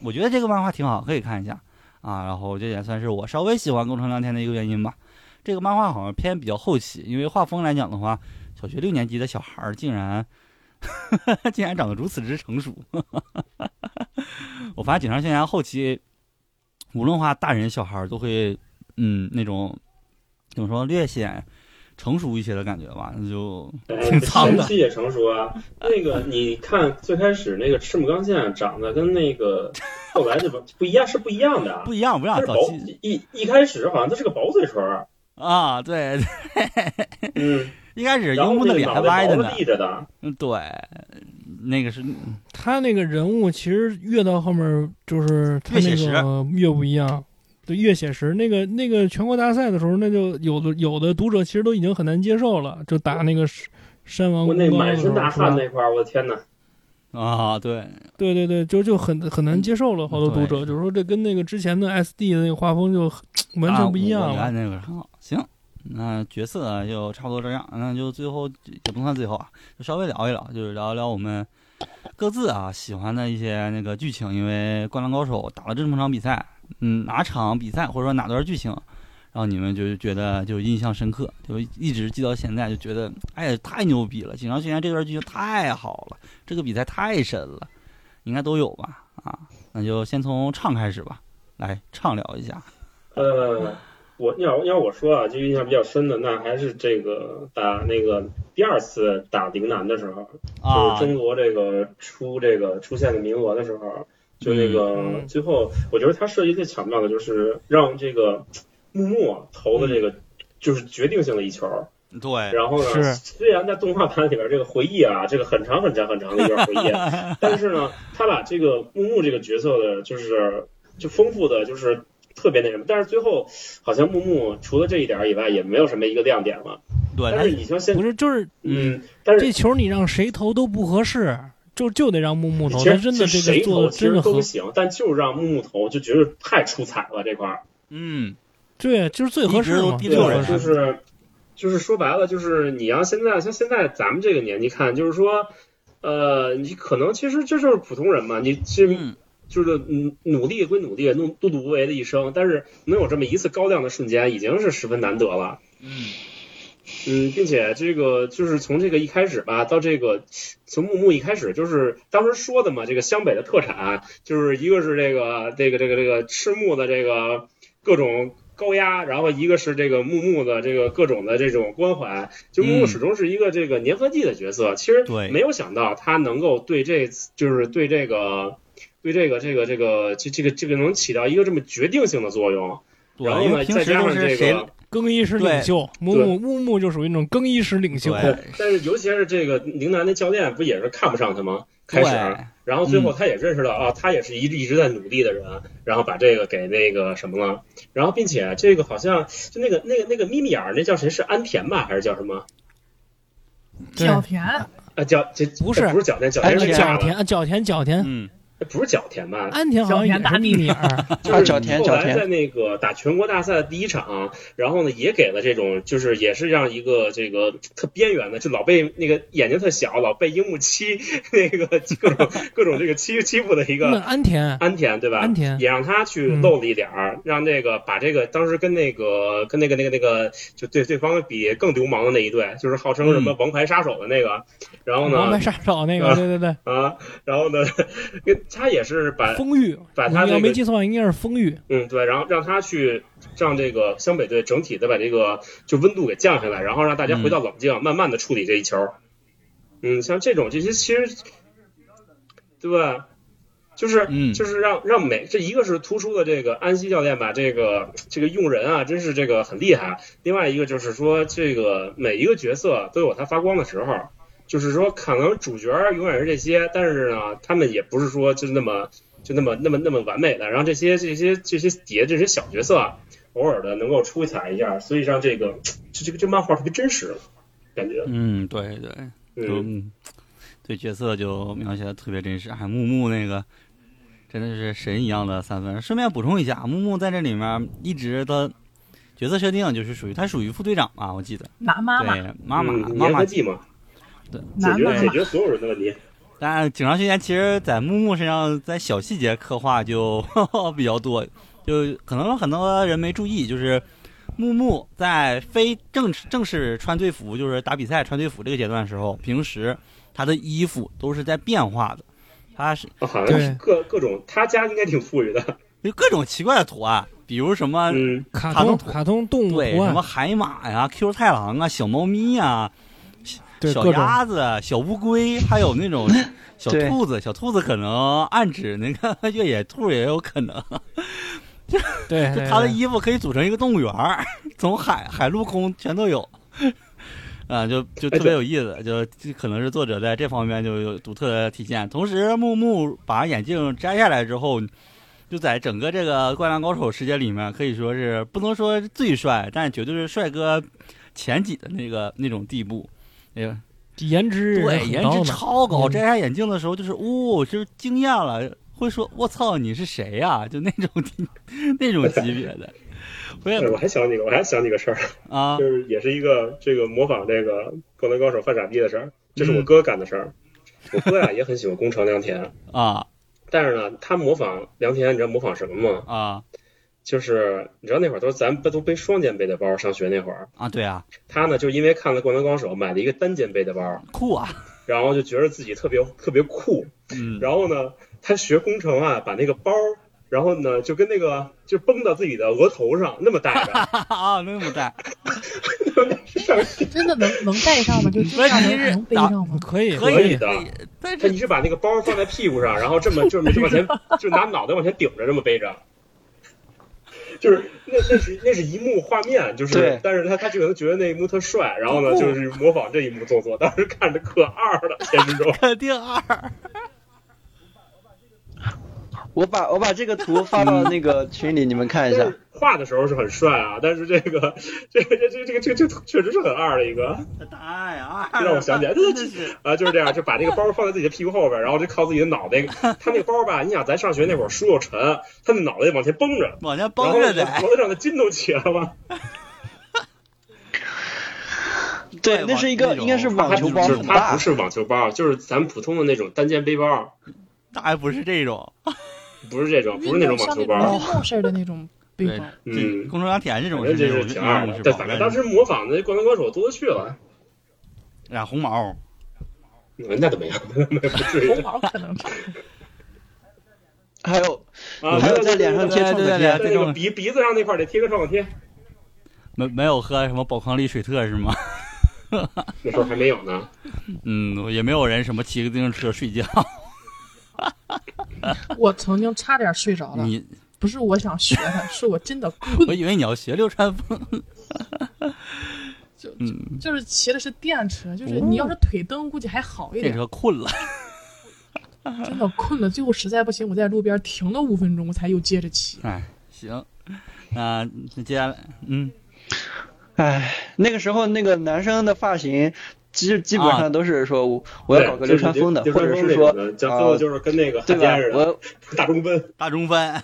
我觉得这个漫画挺好，可以看一下啊。然后这也算是我稍微喜欢宫城良田的一个原因吧。这个漫画好像偏比较后期，因为画风来讲的话，小学6年级的小孩竟然长得如此之成熟。我发现井上雄彦后期无论画大人小孩都会那种怎么说略显成熟一些的感觉吧，那就挺苍的。 前期也成熟啊，那个你看最开始那个赤木刚宪长得跟那个后来就不一样，是不一样的， 不一样。早期一开始好像他是个薄嘴唇啊，对，一开始樱木的脸还歪着呢，对，那个是他那个人物其实越到后面就是他那个越不一样。对，越写实。那个全国大赛的时候，那就有的读者其实都已经很难接受了，就打那个山王那满身大汗那块儿，我的天哪！ 啊，对， 就很难接受了。好多读者就是说，这跟那个之前的 SD 的那个画风就完全不一样了。 我那个很好，行，那角色就差不多这样，那就最后也不算最后啊，就稍微聊一聊，就是聊一聊我们各自喜欢的一些那个剧情，因为《灌篮高手》打了这么场比赛。哪场比赛或者说哪段剧情，然后你们就觉得就印象深刻，就一直记到现在，就觉得哎呀太牛逼了！井上雄彦这段剧情太好了，这个比赛太神了，应该都有吧？啊，那就先从畅开始吧，来畅聊一下。 我要我说啊，就印象比较深的，那还是这个打那个第2次打陵南的时候，就是争夺这个出现的名额的时候。就那个最后，我觉得他设计最巧妙的就是让这个木木投的这个就是决定性的一球。 对。 然后呢，虽然在动画版里边这个回忆啊，这个很长的一段回忆，但是呢，他把这个木木这个角色的就丰富的就是特别那什么，但是最后好像木木除了这一点以外，也没有什么一个亮点了。 对。 但是你像现不是就是但是这球你让谁投都不合适。就得让木木投，他真的这个做的真的都行，但就让木木投，就觉得太出彩了这块儿。 对，就是最合适嘛。 对，就是说白了，就是你要现在咱们这个年纪看，就是说，你可能其实这就是普通人嘛，你其实就是努力归努力，碌碌无为的一生，但是能有这么一次高亮的瞬间，已经是十分难得了。并且这个就是从这个一开始吧，到这个从木木一开始就是当时说的嘛，这个湘北的特产就是一个是这个赤木的这个各种高压，然后一个是这个木木的这个各种的这种关怀，就木木始终是一个这个粘合剂的角色。其实没有想到他能够对这个能起到一个这么决定性的作用。然后呢，再加上这个更衣室领袖，木木就属于那种更衣室领袖。 但是尤其是这个陵南的教练不也是看不上他吗？开始，然后最后他也认识到他也是一直在努力的人，然后把这个给那个什么了。然后并且这个好像就那个咪咪眼那叫谁？是安田吧，还是叫什么？ 角田不是角田， 角田。 不是角田吧？ 安田好像也是咪咪眼， 就是后来在那个打全国大赛的第1场，然后呢也给了这种，就是也是让一个这个特边缘的，就老被那个眼睛特小，老被樱木七那个各种这个欺负的一个安田对吧？ 安田也让他去露了一点让这个把这个当时跟那个就对方比更流氓的那一队，就是号称什么王牌杀手的那个，然后呢王牌杀手那个对然后呢他也是把他要没记错应该是丰裕， 对，然后让他去让这个湘北队整体的把这个就温度给降下来，然后让大家回到冷静，慢慢的处理这一球。像这些其实对吧？就是让这一个是突出的这个安西教练把这个用人啊，真是这个很厉害。另外一个就是说，这个每一个角色都有他发光的时候。就是说，可能主角永远是这些，但是呢，他们也不是说就那么完美的。然后这些底下这些小角色，偶尔的能够出彩一下，所以让这漫画特别真实，感觉。 对角色就描写的特别真实。木木那个真的是神一样的3分。顺便补充一下，木木在这里面一直的角色设定就是属于副队长嘛，我记得。 妈妈粘合剂嘛。对，解决所有人的问题。 但井上雄彦其实在木木身上，在小细节刻画就比较多，就可能很多人没注意，就是木木在非正式穿队服，就是打比赛穿队服这个阶段的时候，平时他的衣服都是在变化的，他是好像是各种，他家应该挺富裕的， 有各种奇怪的图案，比如什么卡通动物图案， 对，什么海马呀、Q 太郎啊、小猫咪呀、小鸭子、小乌龟，还有那种小兔子。小兔子可能暗指那个越野兔也有可能。 对， 就他的衣服可以组成一个动物园，从海陆空全都有。啊，就特别有意思，就可能是作者在这方面就有独特的体现。同时，木木把眼镜摘下来之后，就在整个这个《灌篮高手》世界里面，可以说是不能说最帅，但绝对是帅哥前几的那种地步。哎呀， 颜值对，颜值超高。摘下眼镜的时候，就是就是惊艳了，会说“我操，你是谁呀”？就那种级别的。 我还想几个事儿啊， 就是也是一个这个模仿这个《灌篮高手》犯傻逼的事儿，这是我哥干的事儿。我哥呀也很喜欢宫城良田啊， 但是呢，他模仿良田，你知道模仿什么吗？ 啊， 就是你知道那会儿咱都背双肩背的包，上学那会儿啊，对啊， 他呢就因为看了《灌篮高手》，买了一个单肩背的包， 酷啊， 然后就觉得自己特别酷，然后呢，他学工程啊，把那个包。然后呢，就跟那个就绷到自己的额头上，那么戴着啊，那么戴， 真的能戴上吗？就这样能背上吗？ 可以的。但你是把那个包放在屁股上，然后这么往前，就拿脑袋往前顶着，这么背着。就是那是一幕画面，就是但是他就可能觉得那一幕特帅，然后呢就是模仿这一幕动作，当时看着可二了，现实中肯定二。 我把这个图发到那个群里，你们看一下。 画的时候是很帅啊，但是这个确实是很二的一个。 太二， 让我想起来，就是这样，就把这个包放在自己的屁股后边，然后就靠自己的脑袋。他那个包吧，你想咱上学那会儿书又沉，他那脑袋往前绷着， 往前绷着的， 脖子上的筋都起来了。 对，那是一个应该是网球包， 它不是网球包，就是咱们普通的那种单肩背包。 它还不是这种。 不是那种网球包， 运动式的那种背包。 宫城良田这种是这种挺二的。对，反正当时模仿的《灌篮高手》多了去了。 染红毛， 那都没有，不至于。 红毛可能是。 还有在脸上贴创可贴， 那个鼻子上那块得贴个创可贴。 没有喝什么宝矿力水特是吗？ 那时候还没有呢。 也没有人什么骑个自行车睡觉。 我曾经差点睡着了，不是我想学它，是我真的困。 我以为你要学流川枫。 就是骑的是电车，就是你要是腿蹬，估计还好一点。 电车困了， 真的困了，最后实在不行，我在路边停了5分钟，我才又接着骑。 哎，行，那接下来， 那个时候那个男生的发型。基本上都是说我要搞个流川枫的，或者是说最后就是跟那个对吧？我大中分，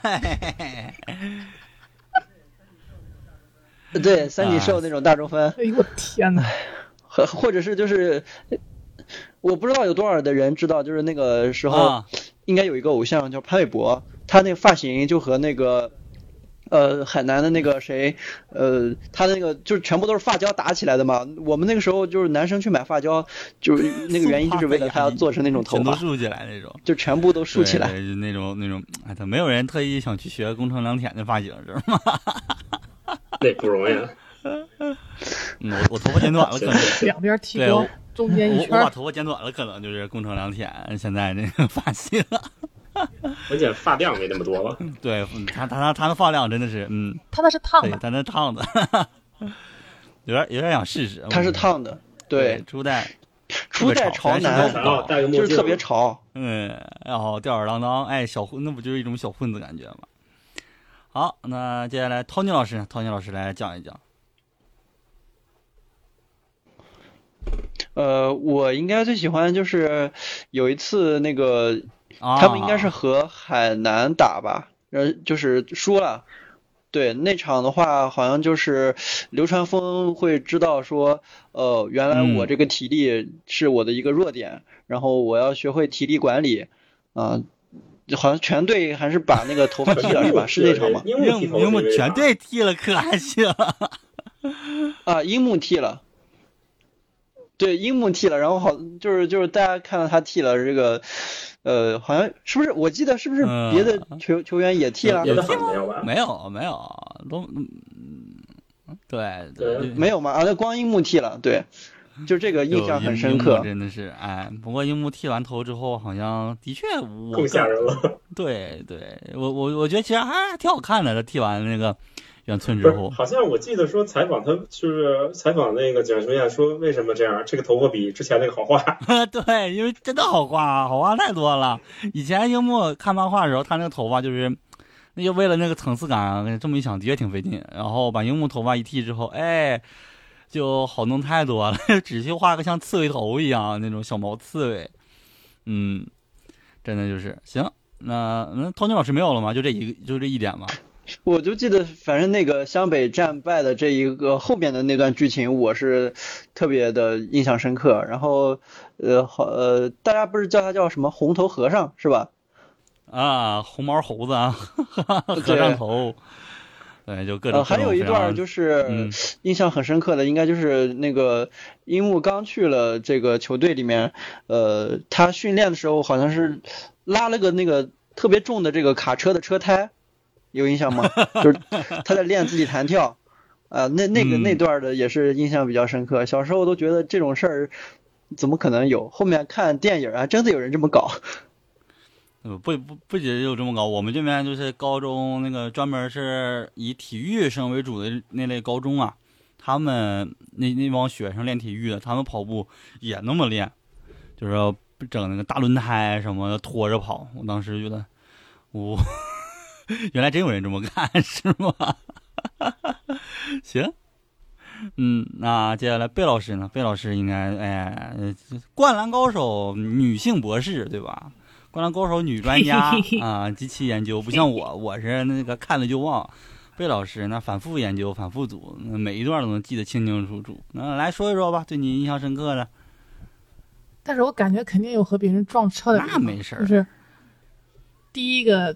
对三井寿那种大中分。 哎呦我天哪！ 或者是就是我不知道有多少的人知道，就是那个时候应该有一个偶像叫潘玮柏，他那个发型就和那个。海南的那个谁，他那个就是全部都是发胶打起来的嘛。我们那个时候就是男生去买发胶，就是那个原因就是为了他要做成那种头发， 全都竖起来那种， 就全部都竖起来。 对，就那种，哎，他没有人特意想去学宫城良田的发型，是吗？ 那不容易。 我头发剪短了，可能两边剃光，中间一圈。 我把头发剪短了，可能就是宫城良田现在这个发型。 关键发量没那么多了。 对，他的发量真的是， 他那是烫的， 他那烫的，有点想试试。 他是烫的，对， 初代潮男，就是特别潮， 然后吊儿郎当，哎，小混，那不就是一种小混子感觉吗？好，那接下来涛尼老师来讲一讲。 我应该最喜欢就是有一次那个。他们应该是和海南打吧，就是输了， 对，那场的话，好像就是流川枫会知道说，原来我这个体力是我的一个弱点，然后我要学会体力管理，好像全队还是把那个头发剃了是吧？是那场吗？ 樱木全队剃了，可还行啊，樱木剃了。对，樱木剃了，然后好就是大家看到他剃了这个，好像是不是？我记得是不是别的球员也剃了？ 别的好像没有吧？ 没有，都对， 没有吗？啊，那光樱木剃了，对，就这个印象很深刻， 真的是哎。不过樱木剃完头之后，好像的确更吓人了。 对，我觉得其实还挺好看的。他剃完那个远村之后， 好像我记得说采访他，就是采访那个井上雄彦说为什么这样，这个头发比之前那个好画。 对，因为真的好画太多了。以前樱木看漫画的时候，他那个头发就是那就为了那个层次感，这么一想的确挺费劲。然后把樱木头发一剃之后，哎，就好弄太多了，只需画个像刺猬头一样那种小毛刺猬。真的就是行。那陶军老师没有了吗？就这一点吗？ 我就记得，反正那个湘北战败的这一个后面的那段剧情，我是特别的印象深刻。然后，大家不是叫他叫什么红头和尚是吧？ 啊，红毛猴子啊，和尚头。对，就各种。 还有一段就是印象很深刻的，应该就是那个樱木刚去了这个球队里面，他训练的时候好像是拉了个那个特别重的这个卡车的车胎。有印象吗？就是他在练自己弹跳，那段的也是印象比较深刻。小时候都觉得这种事儿怎么可能有？后面看电影啊，真的有人这么搞。 不仅有这么搞，我们这边就是高中那个专门是以体育生为主的那类高中啊，他们那帮学生练体育的，他们跑步也那么练，就是要整那个大轮胎什么的拖着跑。我当时觉得，原来真有人这么干是吗？行，那接下来贝老师呢？贝老师应该灌篮高手女性博士对吧？灌篮高手女专家啊，极其研究，不像我是那个看了就忘。贝老师那反复研究、反复组，每一段都能记得清清楚楚。那来说一说吧，对你印象深刻的。 但是我感觉肯定有和别人撞车的地方， 那没事， 就是第一个。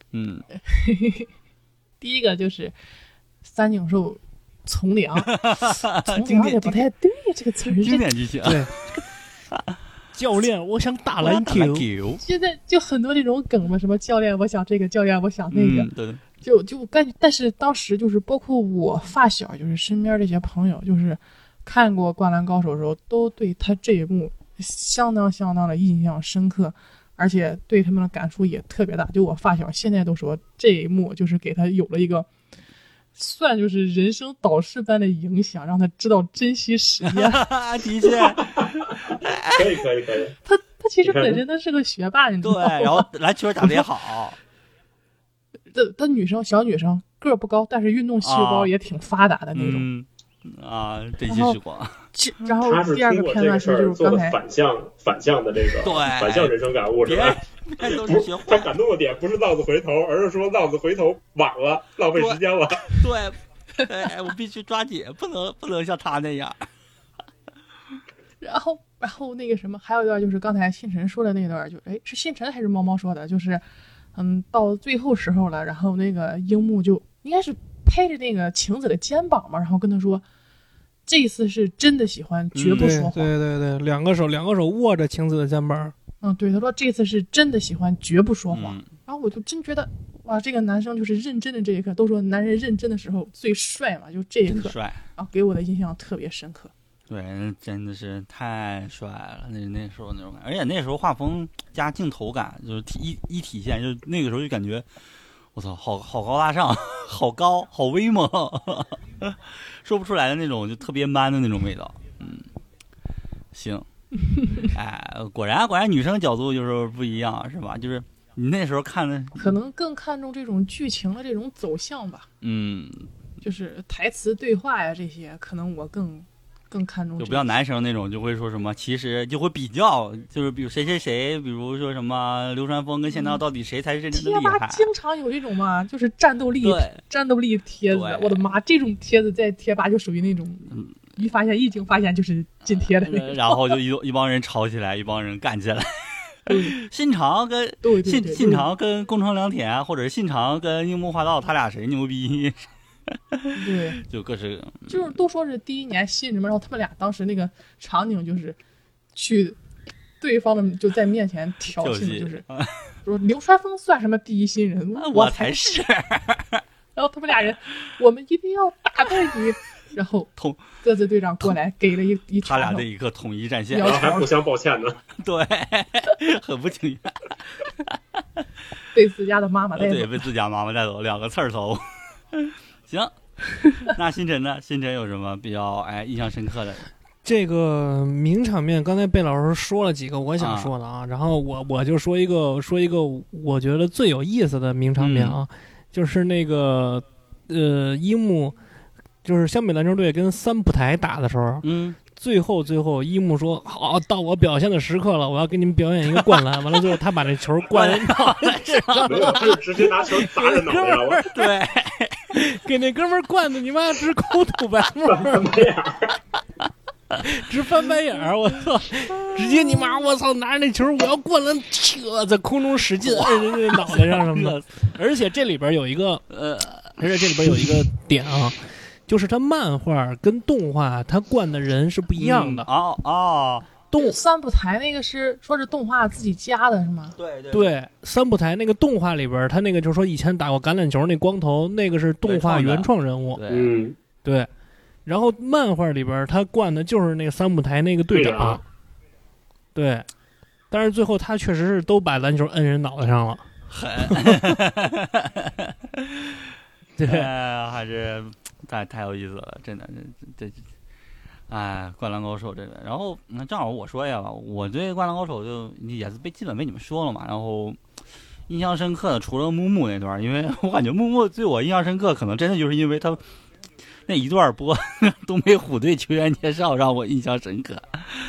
第一个就是三井寿从良，从良也不太对，这个词儿经典剧情。 对，教练，我想打篮球。 现在就很多这种梗嘛，什么教练我想这个，教练我想那个， 对， 就感觉，但是当时就是包括我发小，就是身边这些朋友，就是看过《灌篮高手》的时候，都对他这一幕相当的印象深刻。而且对他们的感触也特别大，就我发小现在都说这一幕就是给他有了一个算就是人生导师般的影响，让他知道珍惜时间。 的确， 可以。 他其实本身他是个学霸，你知道吗？ 对，然后篮球打得也好。 他小女生个儿不高，但是运动细胞也挺发达的那种。 真心时光。 然后第二个片段就是做的反向的这个反向人生感悟是吧？他感动的点不是浪子回头，而是说浪子回头晚了，浪费时间了。 对，我必须抓紧，不能像他那样。 然后那个什么，还有一段就是刚才星辰说的那段，是星辰还是猫猫说的？就是到最后时候了，然后那个樱木就应该是拍着那个晴子的肩膀嘛，然后跟他说。这一次是真的喜欢，绝不说谎。 对，两个手握着晴子的肩膀。 对，他说这次是真的喜欢，绝不说谎。然后我就真觉得，哇，这个男生就是认真的这一刻，都说男人认真的时候最帅嘛，就这一刻， 帅， 然后给我的印象特别深刻。 对，真的是太帅了，那时候那种感觉，而且那时候画风加镜头感，就是一体现，就那个时候就感觉。我操，好高大上，好高，好威猛，说不出来的那种，就特别 man 的那种味道。行，果然女生角度就是不一样，是吧？就是你那时候看的， 可能更看重这种剧情的这种走向吧。就是台词对话呀这些，可能我更更看重就不像男生那种就会说什么，其实就会比较，就是比如谁谁谁，比如说什么流川枫跟仙道到底谁才是真正的厉害。 贴吧经常有这种嘛，就是战斗力帖子， 对我的妈，这种帖子在贴吧就属于那种一经发现就是禁贴的那种。 然后就一帮人吵起来，一帮人干起来。信长跟信长跟宫城良田，或者是信长跟樱木花道，他俩谁牛逼？ 对， 就各式就是都说是第一年新人嘛，然后他们俩当时那个场景就是去对方的就在面前挑衅，就是说流川枫算什么第一新人， 我才是。 然后他们俩人，我们一定要打败你。然后各自队长过来给了一他俩这一个统一战线， 然后还互相抱歉呢。 对，很不情愿。 被自家的妈妈带走， 对，被自家妈妈带走，2个刺儿头。行，那星辰呢？星辰有什么比较印象深刻的？ 这个名场面，刚才贝老师说了几个我想说的啊，然后我就说一个我觉得最有意思的名场面啊，就是那个樱木。就是湘北篮球队跟三浦台打的时候，最后樱木说：“好，到我表现的时刻了，我要给你们表演一个灌篮。”完了之后，他把那球灌人脑袋上， 没有，就直接拿球砸人脑袋上了。 对，给那哥们儿灌的你妈直抠吐白沫，直翻白眼儿，我操！直接你妈，我操！拿着那球，我要灌篮，在空中使劲摁人家脑袋上什么的。而且这里边有一个点啊。就是它漫画跟动画，它灌的人是不一样的。 三浦台那个是说是动画自己加的是吗？ 对，三浦台那个动画里边，他那个就是说以前打过橄榄球那光头，那个是动画原创人物。对。然后漫画里边他灌的就是那个三浦台那个队长。对。但是最后他确实是都把篮球摁人脑袋上了。 对，还是。太有意思了，真的，这，灌篮高手这个，然后正好我说一下吧，我对灌篮高手就也是基本被你们说了嘛，然后印象深刻的除了木木那段，因为我感觉木木对我印象深刻，可能真的就是因为他那一段播东北虎队球员介绍让我印象深刻，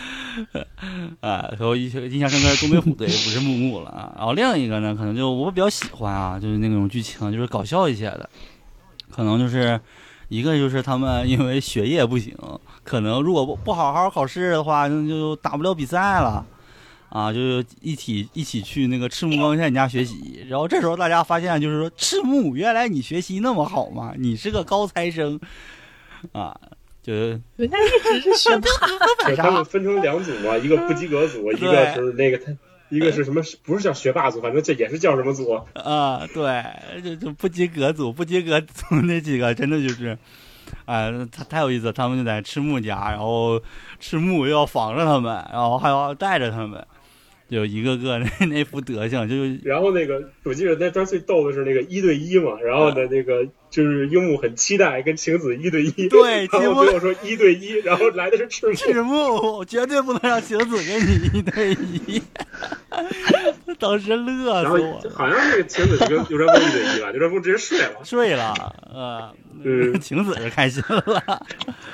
所以印象深刻是东北虎队，不是木木了啊。然后另一个呢，可能就我比较喜欢啊，就是那种剧情，就是搞笑一些的，可能就是。一个就是他们因为学业不行，可能如果不好好考试的话，就打不了比赛了，啊，就一起去那个赤木刚宪家学习。然后这时候大家发现，就是说赤木，原来你学习那么好吗？你是个高材生，啊，就人家一直是学霸。 他们分成2组嘛，一个不及格组，一个是那个一个是什么？不是叫学霸组，反正这也是叫什么组啊？对，就不及格组那几个真的就是，太有意思了。他们就在赤木家，然后赤木又要防着他们，然后还要带着他们，就一个个那副德行，就然后那个我记得那段最逗的是那个1对1嘛，然后呢那个就是樱木很期待跟晴子1对1， 对， 然后最后说1对1，然后来的是赤木，我绝对不能让晴子跟你1对1。当时乐死我！ 好像那个晴子就跟流川枫1对1吧，流川枫直接睡了， 晴子是开心了。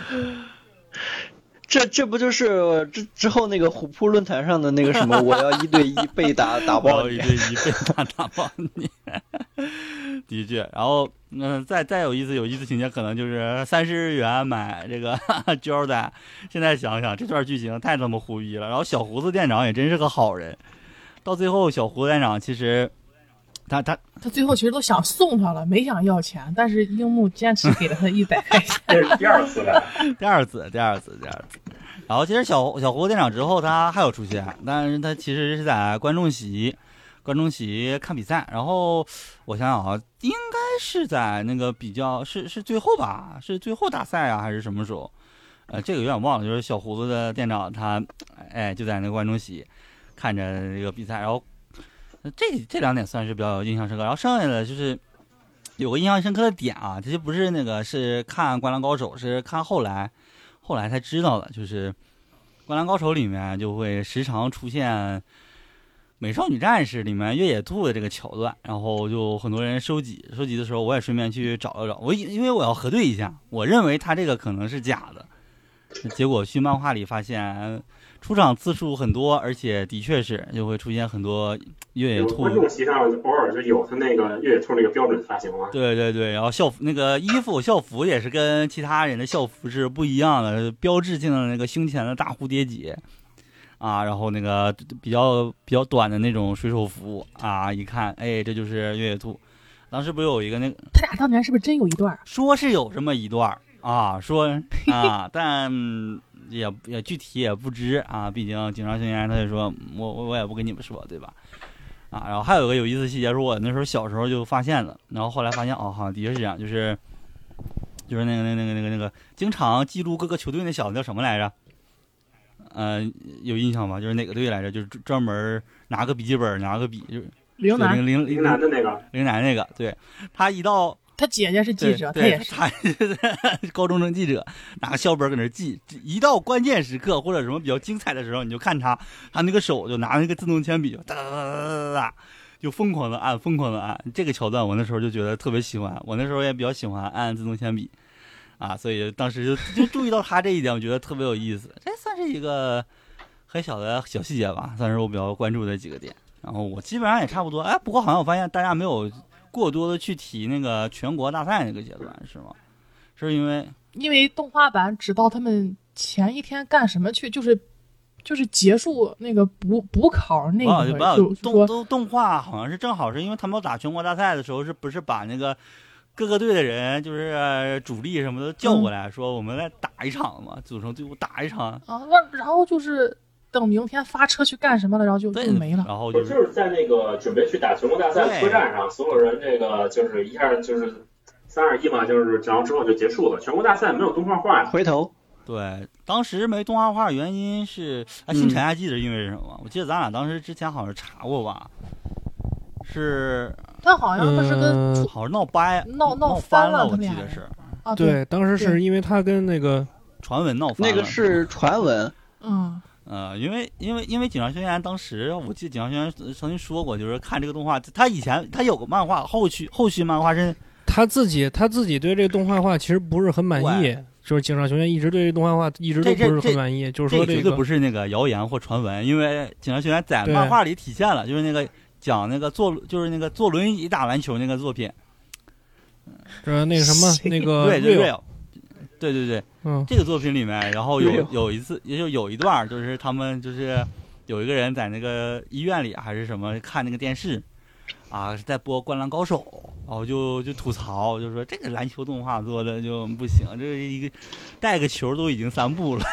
这不就是之后那个虎扑论坛上的那个什么，我要1对1被打爆你，1 对1被打爆你。的确，然后再有意思情节，可能就是30日元买这个Jordan。现在想想这段剧情太他妈胡逼了。然后小胡子店长也真是个好人，到最后小胡子店长其实他最后其实都想送他了，没想要钱，但是樱木坚持给了他100块钱。 这是第二次了， 第二次。然后其实小胡子店长之后他还有出现，但是他其实是在观众席看比赛。然后我想想啊，应该是在那个比较是最后吧，是最后大赛啊还是什么时候？这个有点忘了。就是小胡子的店长他就在那个观众席看着这个比赛。然后这2点算是比较印象深刻。然后剩下的就是有个印象深刻的点啊，这些不是那个是看《灌篮高手》，是看后来才知道的，就是《灌篮高手》里面就会时常出现美少女战士里面越野兔的这个桥段，然后就很多人收集的时候，我也顺便去找了找，因为我要核对一下，我认为他这个可能是假的， 结果去漫画里发现出场次数很多，而且的确是就会出现很多越野兔。 观众席上偶尔就有他那个越野兔那个标准发型嘛。 对对对，然后校服那个衣服校服也是跟其他人的校服是不一样的，标志性的那个胸前的大蝴蝶结啊，然后那个比较短的那种水手服啊，一看哎这就是越野兔。当时不是有一个那个他俩当年是不是真有一段？ 说是有这么一段啊，说啊，但也具体也不知啊，毕竟警察学员他就说我也不跟你们说，对吧？啊，然后还有个有意思细节，是我那时候小时候就发现了，然后后来发现哦，好像的确是这样，就是那个经常记录各个球队那小子叫什么来着？有印象吗？就是哪个队来着？就是专门拿个笔记本拿个笔，就是陵南的那个， 陵南那个，对，他一到。 他姐姐是记者，他也是高中生记者，拿个小本搁那记，一到关键时刻或者什么比较精彩的时候，你就看他那个手就拿那个自动铅笔，哒哒哒哒哒，就疯狂的按。这个桥段我那时候就觉得特别喜欢，我那时候也比较喜欢按自动铅笔啊，所以当时就注意到他这一点，我觉得特别有意思。这算是一个很小的小细节吧，算是我比较关注的几个点。然后我基本上也差不多，不过好像我发现大家没有过多的去提那个全国大赛那个阶段，是吗？是因为动画版只到他们前一天干什么去，就是结束那个补考那个，就动画好像是正好是因为他们要打全国大赛的时候，是不是把那个各个队的人就是主力什么的叫过来，说我们来打一场嘛，组成队伍打一场啊，然后就是等明天发车去干什么了，然后就没了。 然后就是在那个准备去打全国大赛车站上，所有人这个就是一下就是3、2、1嘛，就是然后之后就结束了。全国大赛没有动画化呀。 回头。 对，当时没动画化原因是，星辰还记得因为是什么？我记得咱俩当时之前好像查过吧，是他好像是跟好像闹翻了，我记得是啊， 对，当时是因为他跟那个传闻闹翻了， 那个是传闻， 因为井上雄彦当时我记得井上雄彦曾经说过，就是看这个动画，他以前他有个漫画，后续漫画是他自己对这个动画化其实不是很满意。就是井上雄彦一直对这动画化一直都不是很满意，就是说这个不是那个谣言或传闻，因为井上雄彦在漫画里体现了，就是那个讲那个就是那个坐轮椅打篮球那个作品， 那个什么那个对，这个作品里面，然后有一次也就有一段，就是他们就是有一个人在那个医院里还是什么看那个电视。是在播《灌篮高手》，然后就吐槽，就说这个篮球动画做的就不行，这一个带个球都已经3部了。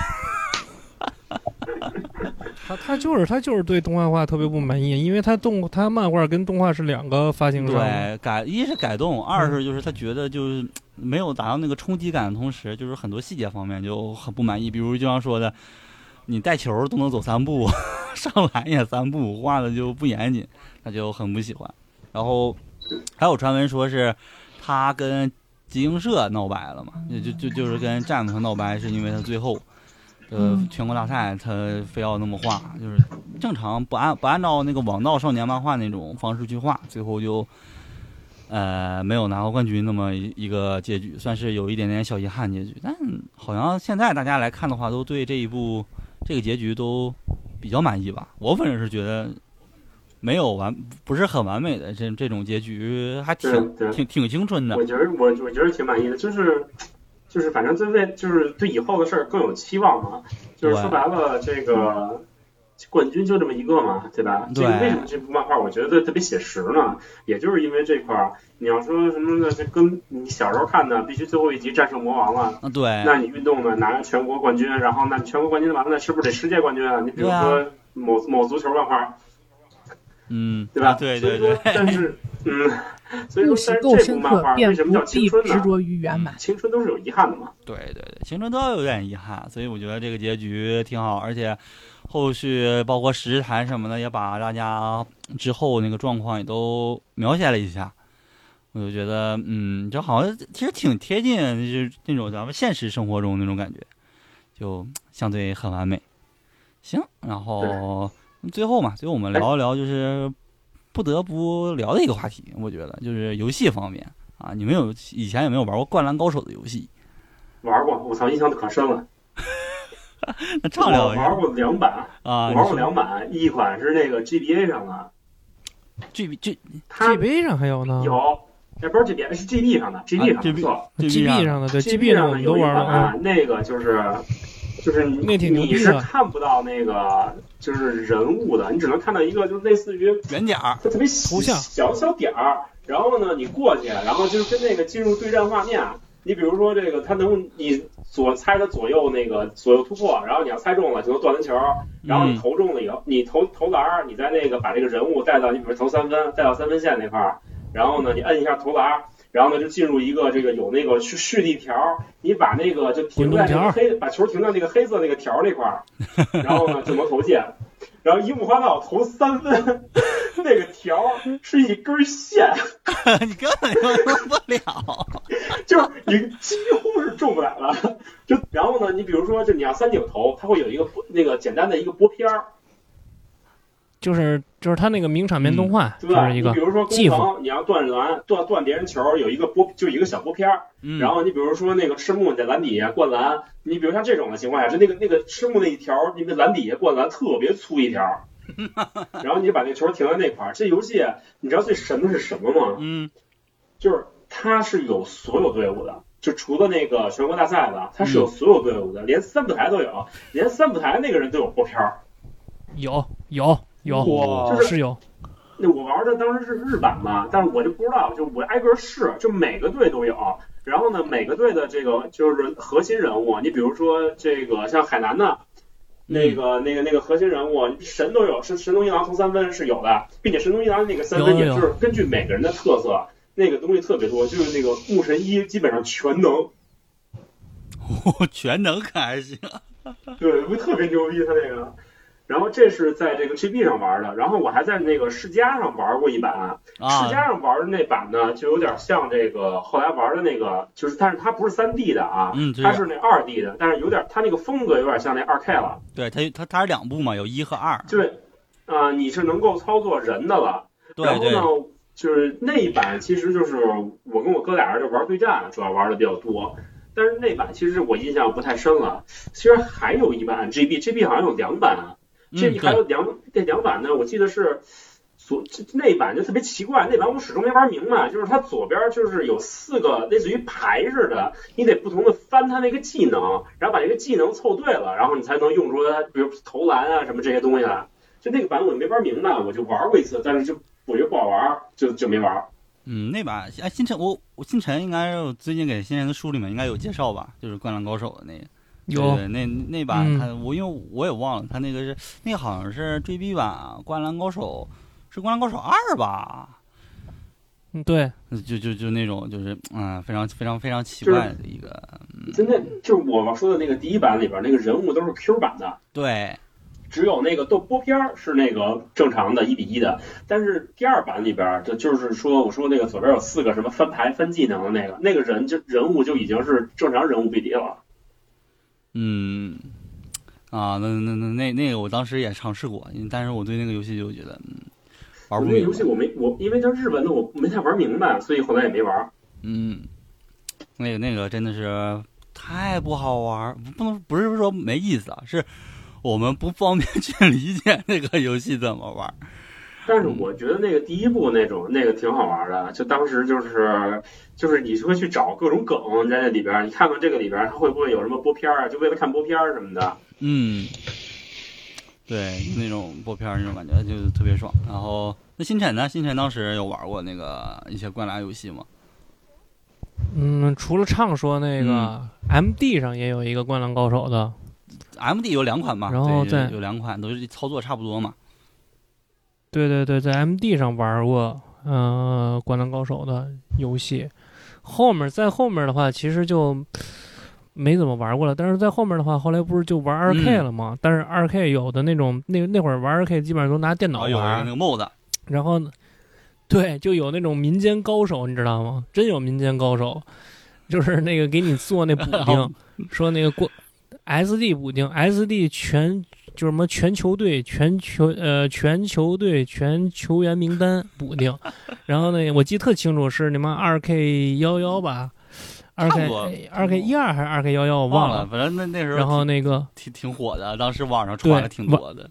他就是对动画化特别不满意，因为他漫画跟动画是2个发行商。 对，一是改动，二是就是他觉得就是没有达到那个冲击感的同时，就是很多细节方面就很不满意，比如就像说的，你带球都能走3步，上篮也3步，画的就不严谨，他就很不喜欢。然后还有传闻说是他跟集英社闹掰了嘛，就是跟詹姆斯闹掰，是因为他最后全国大赛他非要那么画，就是正常不按照那个王道少年漫画那种方式去画，最后就没有拿到冠军那么一个结局，算是有一点点小遗憾结局。但好像现在大家来看的话，都对这个结局都比较满意吧。我反正是觉得不是很完美的这种结局，还挺青春的。 我觉得挺满意的，就是反正就是对以后的事儿更有期望嘛。就是说白了，这个冠军就这么一个嘛，对吧？ 对。 为什么这部漫画我觉得特别写实呢？也就是因为这块儿，你要说什么的，这跟你小时候看的必须最后一集战胜魔王了。 对。 那你运动呢，拿全国冠军，然后那全国冠军完了，那是不是得世界冠军啊？你比如说某足球漫画。对吧？ 对。 但是，所以说，但是这部漫画为什么叫青春呢？ 执着于圆满， 青春都是有遗憾的嘛。 对，青春都有点遗憾，所以我觉得这个结局挺好，而且后续包括实谈什么的，也把大家之后那个状况也都描写了一下。我就觉得，这好像其实挺贴近，就是那种咱们现实生活中那种感觉，就相对很完美。行，然后。最后我们聊一聊，就是不得不聊的一个话题，我觉得就是游戏方面啊。你们以前有没有玩过《灌篮高手》的游戏？ 玩过，我操，印象可深了。 那畅聊一下。 我玩过2版啊， 我玩过2版，一款是那个 GBA 上的 ，GB 上还有呢。 有。不是 GBA， 是 GB 上的 ，GB 上的不错 ，GB 上的对 ，GB 上的我们都玩了啊。 那个就是你是看不到那个就是人物的，你只能看到一个就类似于圆点儿， 它特别图像小点儿。然后呢，你过去，然后就是跟那个进入对战画面。你比如说这个，它能你猜它左右突破，然后你要猜中了就能断篮球，然后你投中了以后，你投篮，你在那个把这个人物带到你比如投3分，带到3分线那块儿。然后呢，你摁一下投篮，然后呢就进入一个这个有那个蓄力条，你把那个就停在那个把球停在那个黑色那个条那块儿，然后呢就能投进。然后樱木花道投3分，那个条是一根线， 你根本就用不了， 就是你几乎是中不了了。然后呢，你比如说就你要3井投，它会有一个那个简单的一个播片儿。 就是他那个名场面动画， 对吧？你比如说攻防，你要断篮断别人球，有一个就一个小播片儿。然后你比如说那个赤木你在篮底下灌篮，你比如像这种的情况下，是那个赤木那一条，你在篮底下灌篮特别粗一条，然后你就把那个球停在那块儿。这游戏你知道最神的是什么吗？就是它是有所有队伍的。就除了那个全国大赛的，它是有所有队伍的，连3部台都有，连3部台那个人都有播片儿。 就是有。 那我玩的当时是日版嘛，但是我就不知道，就我挨个试，就每个队都有。然后呢，每个队的这个就是核心人物，你比如说这个像海南的那个核心人物，神都有，神农一郎投3分是有的，并且神农一郎那个3分也是根据每个人的特色，那个东西特别多，就是那个牧神一基本上全能。 全能可还行。 对，会特别牛逼他那个。然后这是在这个 GB 上玩的，然后我还在那个世嘉上玩过一版。世嘉上玩的那版呢，就有点像这个后来玩的那个，就是但是它不是3D 的啊，它是那2D 的，但是有点它那个风格有点像那2K 了。 对，它是2部嘛，有1和2。 对，你是能够操作人的了。 对。 然后呢，就是那一版其实就是我跟我哥俩人就玩对战，主要玩的比较多。但是那版其实我印象不太深了。其实还有一版 GB 好像有2版啊。这还有两版呢，我记得是那版就特别奇怪，那版我始终没玩明白，就是它左边就是有4个类似于牌似的，你得不同的翻它那个技能，然后把这个技能凑对了，然后你才能用出它，比如投篮啊什么这些东西来。就那个版我没玩明白，我就玩过一次，但是就我觉得不好玩，就没玩。 那版星辰我星辰应该是最近给新人的书里面应该有介绍吧，就是灌篮高手的那个。 有对那版他因为我也忘了，他那个好像是追逼版灌篮高手，是灌篮高手2吧？ 对， 就那种就是非常非常非常奇怪的一个。 真的就是我说的那个第1版里边那个人物都是 Q 版的。 对。 只有那个播片是那个正常的1:1的，但是第2版里边就是说我说那个左边有4个什么翻牌翻技能的那个人物就已经是正常人物比例了。 那个我当时也尝试过，但是我对那个游戏就觉得玩不明白。 那个游戏我因为它日文的我没太玩明白，所以后来也没玩。 那个真的是太不好玩，不是说没意思啊，是我们不方便去理解那个游戏怎么玩。 但是我觉得那个第1部那个挺好玩的，就当时就是你会去找各种梗在那里边，你看看这个里边它会不会有什么播片啊，就为了看播片什么的。 对，那种播片那种感觉就特别爽。然后那星辰呢？星辰当时有玩过那个一些灌篮游戏吗？ 除了畅说那个MD 上也有一个灌篮高手的 ，MD 有2款嘛， 然后有2款都是操作差不多嘛。 对，在 MD 上玩过灌篮高手的游戏，在后面的话其实就没怎么玩过了。但是在后面的话，后来不是就玩 2K 了吗？但是 2K 有的那种那会儿玩 2K 基本上都拿电脑玩， 有那个 mod， 然后对，就有那种民间高手，你知道吗？真有民间高手，就是那个给你做那补丁，说那个SD 补丁 ，SD 就什么全球队、全球队、全球员名单补丁，然后呢，我记得特清楚是你们2K11吧 2K12还是2K11我忘了， 反正那时候然后那个挺火的，当时网上传的挺多的。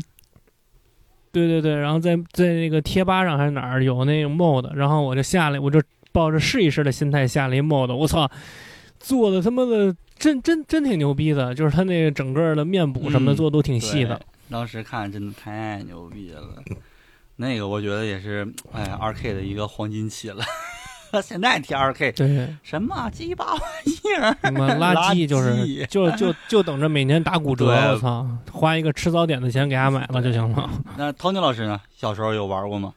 对，然后在那个贴吧上还是哪儿有那个 mod， 然后我就下来，我就抱着试一试的心态下了一 mod， 我操，做的他妈的真挺牛逼的，就是他那个整个的面补什么的做的都挺细的。 当时看真的太牛逼了，那个我觉得也是2K 的一个黄金期了。现在贴2K， 对， 什么鸡巴玩意儿， 什么垃圾，就等着每年打骨折，我操，花一个吃早点的钱给他买了就行了。 那 Tony 老师呢？小时候有玩过吗？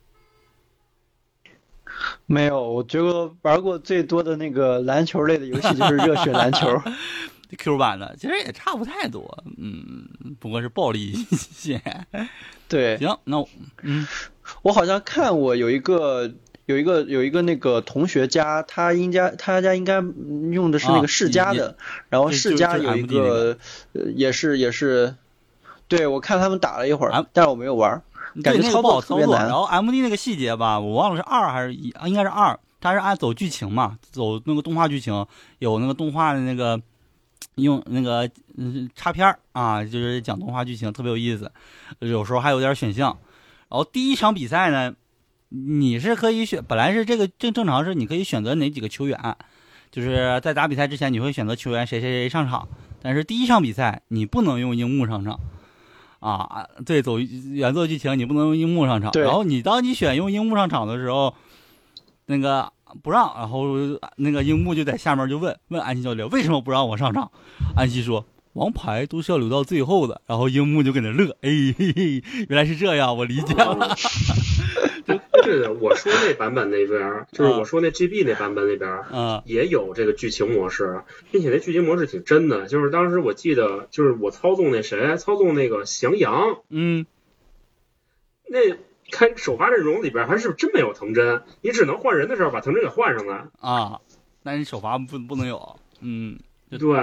没有，我觉得玩过最多的那个篮球类的游戏就是热血篮球。 Q 版的其实也差不太多，不过是暴力一些。 对， 行，那我好像看我有一个那个同学家，他家应该用的是那个世嘉的，然后世嘉有一个也是，对，我看他们打了一会儿，但是我没有玩，感觉操作特别难。 然后 MD 那个细节吧，我忘了是2还是1，应该是2，它是按走剧情嘛，走那个动画剧情，有那个动画的那个用那个插片啊，就是讲动画剧情，特别有意思，有时候还有点选项。然后第一场比赛呢，你是可以选，本来是这个正常是你可以选择哪几个球员，就是在打比赛之前你会选择球员谁上场，但是第一场比赛你不能用樱木上场啊，对，走原作剧情你不能用樱木上场，然后当你选用樱木上场的时候，那个不让，然后那个樱木就在下面就问安西教练为什么不让我上场，安西说王牌都是要留到最后的，然后樱木就跟着乐，嘿嘿，原来是这样，我理解了。 对的，我说那版本那边，就是我说那 GB 那版本那边，也有这个剧情模式，并且那剧情模式挺真的。就是当时我记得，就是我操纵那个翔阳，那看首发阵容里边还是真没有藤真，你只能换人的时候把藤真给换上来啊，但是首发不能有， 对。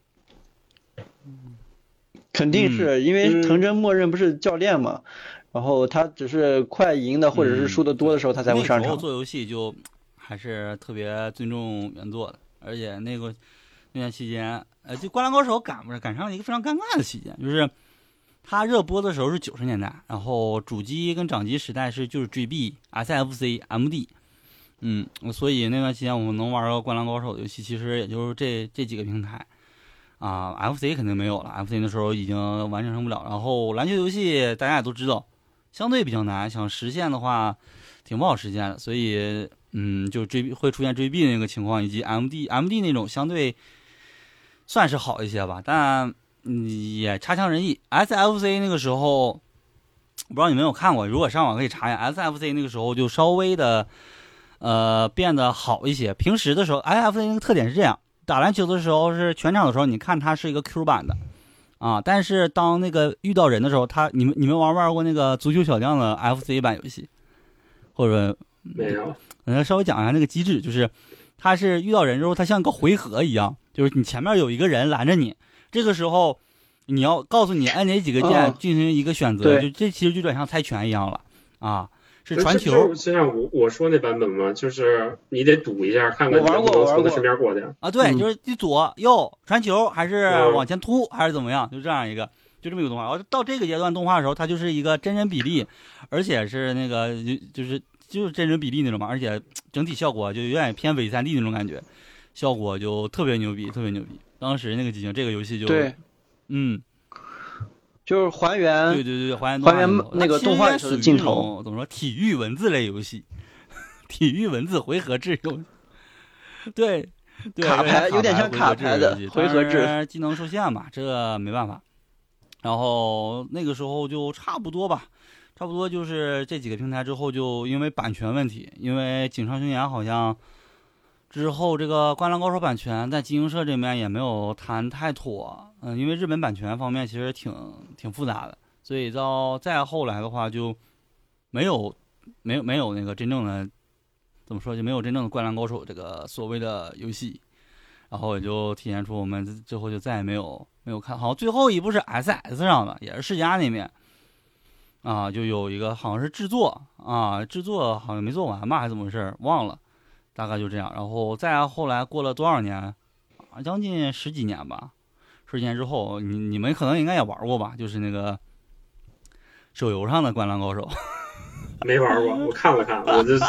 肯定是因为藤真默认不是教练嘛，然后他只是快赢的或者是输的多的时候他才会上场。 那时候做游戏就还是特别尊重原作的，而且那段期间，就《灌篮高手》赶上了一个非常尴尬的期间，就是它热播的时候是90年代，然后主机跟掌机时代就是 GB、SFC、MD，所以那段期间我们能玩到《灌篮高手》的游戏，其实也就是这几个平台。FC 肯定没有了 ，FC 那时候已经完成不了。然后篮球游戏大家也都知道，相对比较难，想实现的话挺不好实现的。所以，就会出现追币那个情况，以及 MD 那种相对算是好一些吧，但也差强人意。SFC 那个时候，不知道你们有看过，如果上网可以查一下 SFC 那个时候就稍微的变得好一些。平时的时候 ，SFC 那个特点是这样。打篮球的时候是全场的时候，你看它是一个 Q 版的，但是当那个遇到人的时候，你们玩过那个足球小将的 FC 版游戏，或者没有？ 稍微讲一下那个机制，就是它是遇到人之后，它像个回合一样，就是你前面有一个人拦着你，这个时候你要告诉你按哪几个键进行一个选择，就这其实就有点像猜拳一样了是传球， 就像我说那版本嘛，就是你得赌一下，看看能不能从他身边过去对，就是你左右传球还是往前突还是怎么样，就这样一个，就这么一个动画。然后到这个阶段动画的时候，它就是一个真人比例，而且是那个就是真人比例那种嘛，而且整体效果就有点偏伪3D 那种感觉，效果就特别牛逼，特别牛逼。当时那个机型，这个游戏就对，就是还原， 对，还原那个动画的镜头， 怎么说？体育文字类游戏，体育文字回合制游戏，对， 卡牌有点像卡牌的回合制， 技能受限嘛，这没办法。然后那个时候就差不多就是这几个平台之后，就因为版权问题，因为井上雄彦好像之后这个《灌篮高手》版权在集英社这边也没有谈太妥。因为日本版权方面其实挺复杂的，所以再后来的话就没有那个真正的怎么说，就没有真正的灌篮高手这个所谓的游戏，然后也就体现出我们之后就再也没有看。好像最后一部是 SS 上的，也是世嘉那边就有一个好像是制作好像没做完吧，还是怎么回事忘了， 大概就这样。然后再后来过了多少年，将近10几年吧，10几年之后，你们可能应该也玩过吧，就是那个手游上的《灌篮高手》。 没玩过，我看了，我就，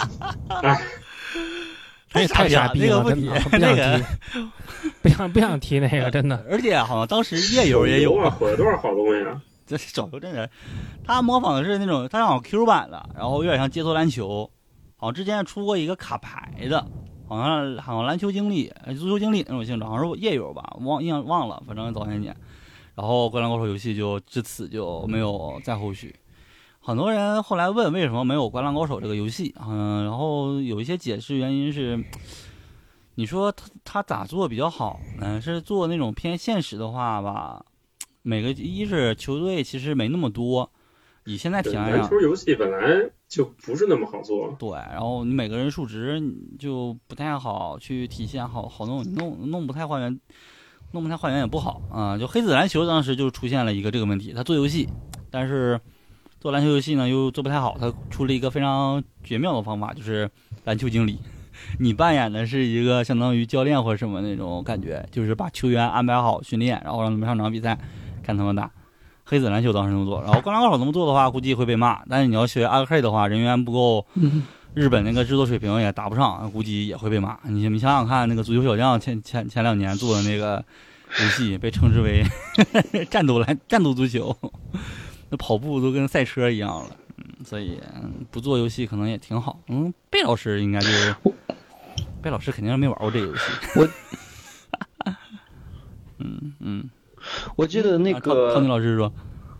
哎，太傻逼了，真的不想提那个，真的。 而且好像当时页游也有啊，火了多少好东西啊！ 这手游真的，他模仿的是那种，他好像 Q 版的，然后有点像街头篮球，好像之前出过一个卡牌的，好像篮球经理、足球经理那种性质，好像是页游吧，忘了，反正早些年。然后《灌篮高手》游戏就至此就没有再后续。很多人后来问为什么没有《灌篮高手》这个游戏，然后有一些解释原因是，你说他咋做比较好呢？是做那种偏现实的话吧，每个一是球队其实没那么多，以现在体量上， 篮球游戏本来就不是那么好做， 对，然后你每个人数值就不太好去体现，好弄不太还原，也不好啊。就黑子篮球当时就出现了一个这个问题，他做游戏，但是做篮球游戏呢又做不太好，他出了一个非常绝妙的方法，就是篮球经理，你扮演的是一个相当于教练或者什么那种感觉，就是把球员安排好训练，然后让他们上场比赛，看他们打。黑子篮球当时这么做，然后灌篮高手这么做的话，估计会被骂。但是你要学 arcade 的话，人员不够，日本那个制作水平也达不上，估计也会被骂。你想想看，那个足球小将前2年做的那个游戏，被称之为战斗足球。那跑步都跟赛车一样了，所以不做游戏可能也挺好。贝老师应该贝老师肯定是没玩过这个游戏。 我记得那个汤尼老师说，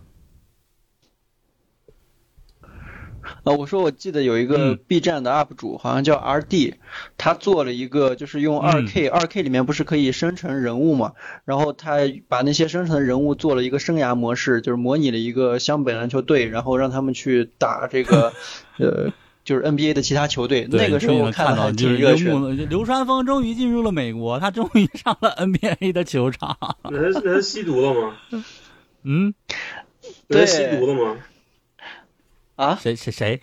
我记得有一个 B 站的 UP 主，好像叫 RD， 他做了一个就是用 2K 里面不是可以生成人物嘛，然后他把那些生成的人物做了一个生涯模式，就是模拟了一个湘北篮球队，然后让他们去打这个就是 NBA 的其他球队。那个时候我看到挺热血的。 流川枫终于进入了美国，他终于上了 NBA 的球场。 那他吸毒了吗？ 对， 吸毒了吗？ 啊？ 谁？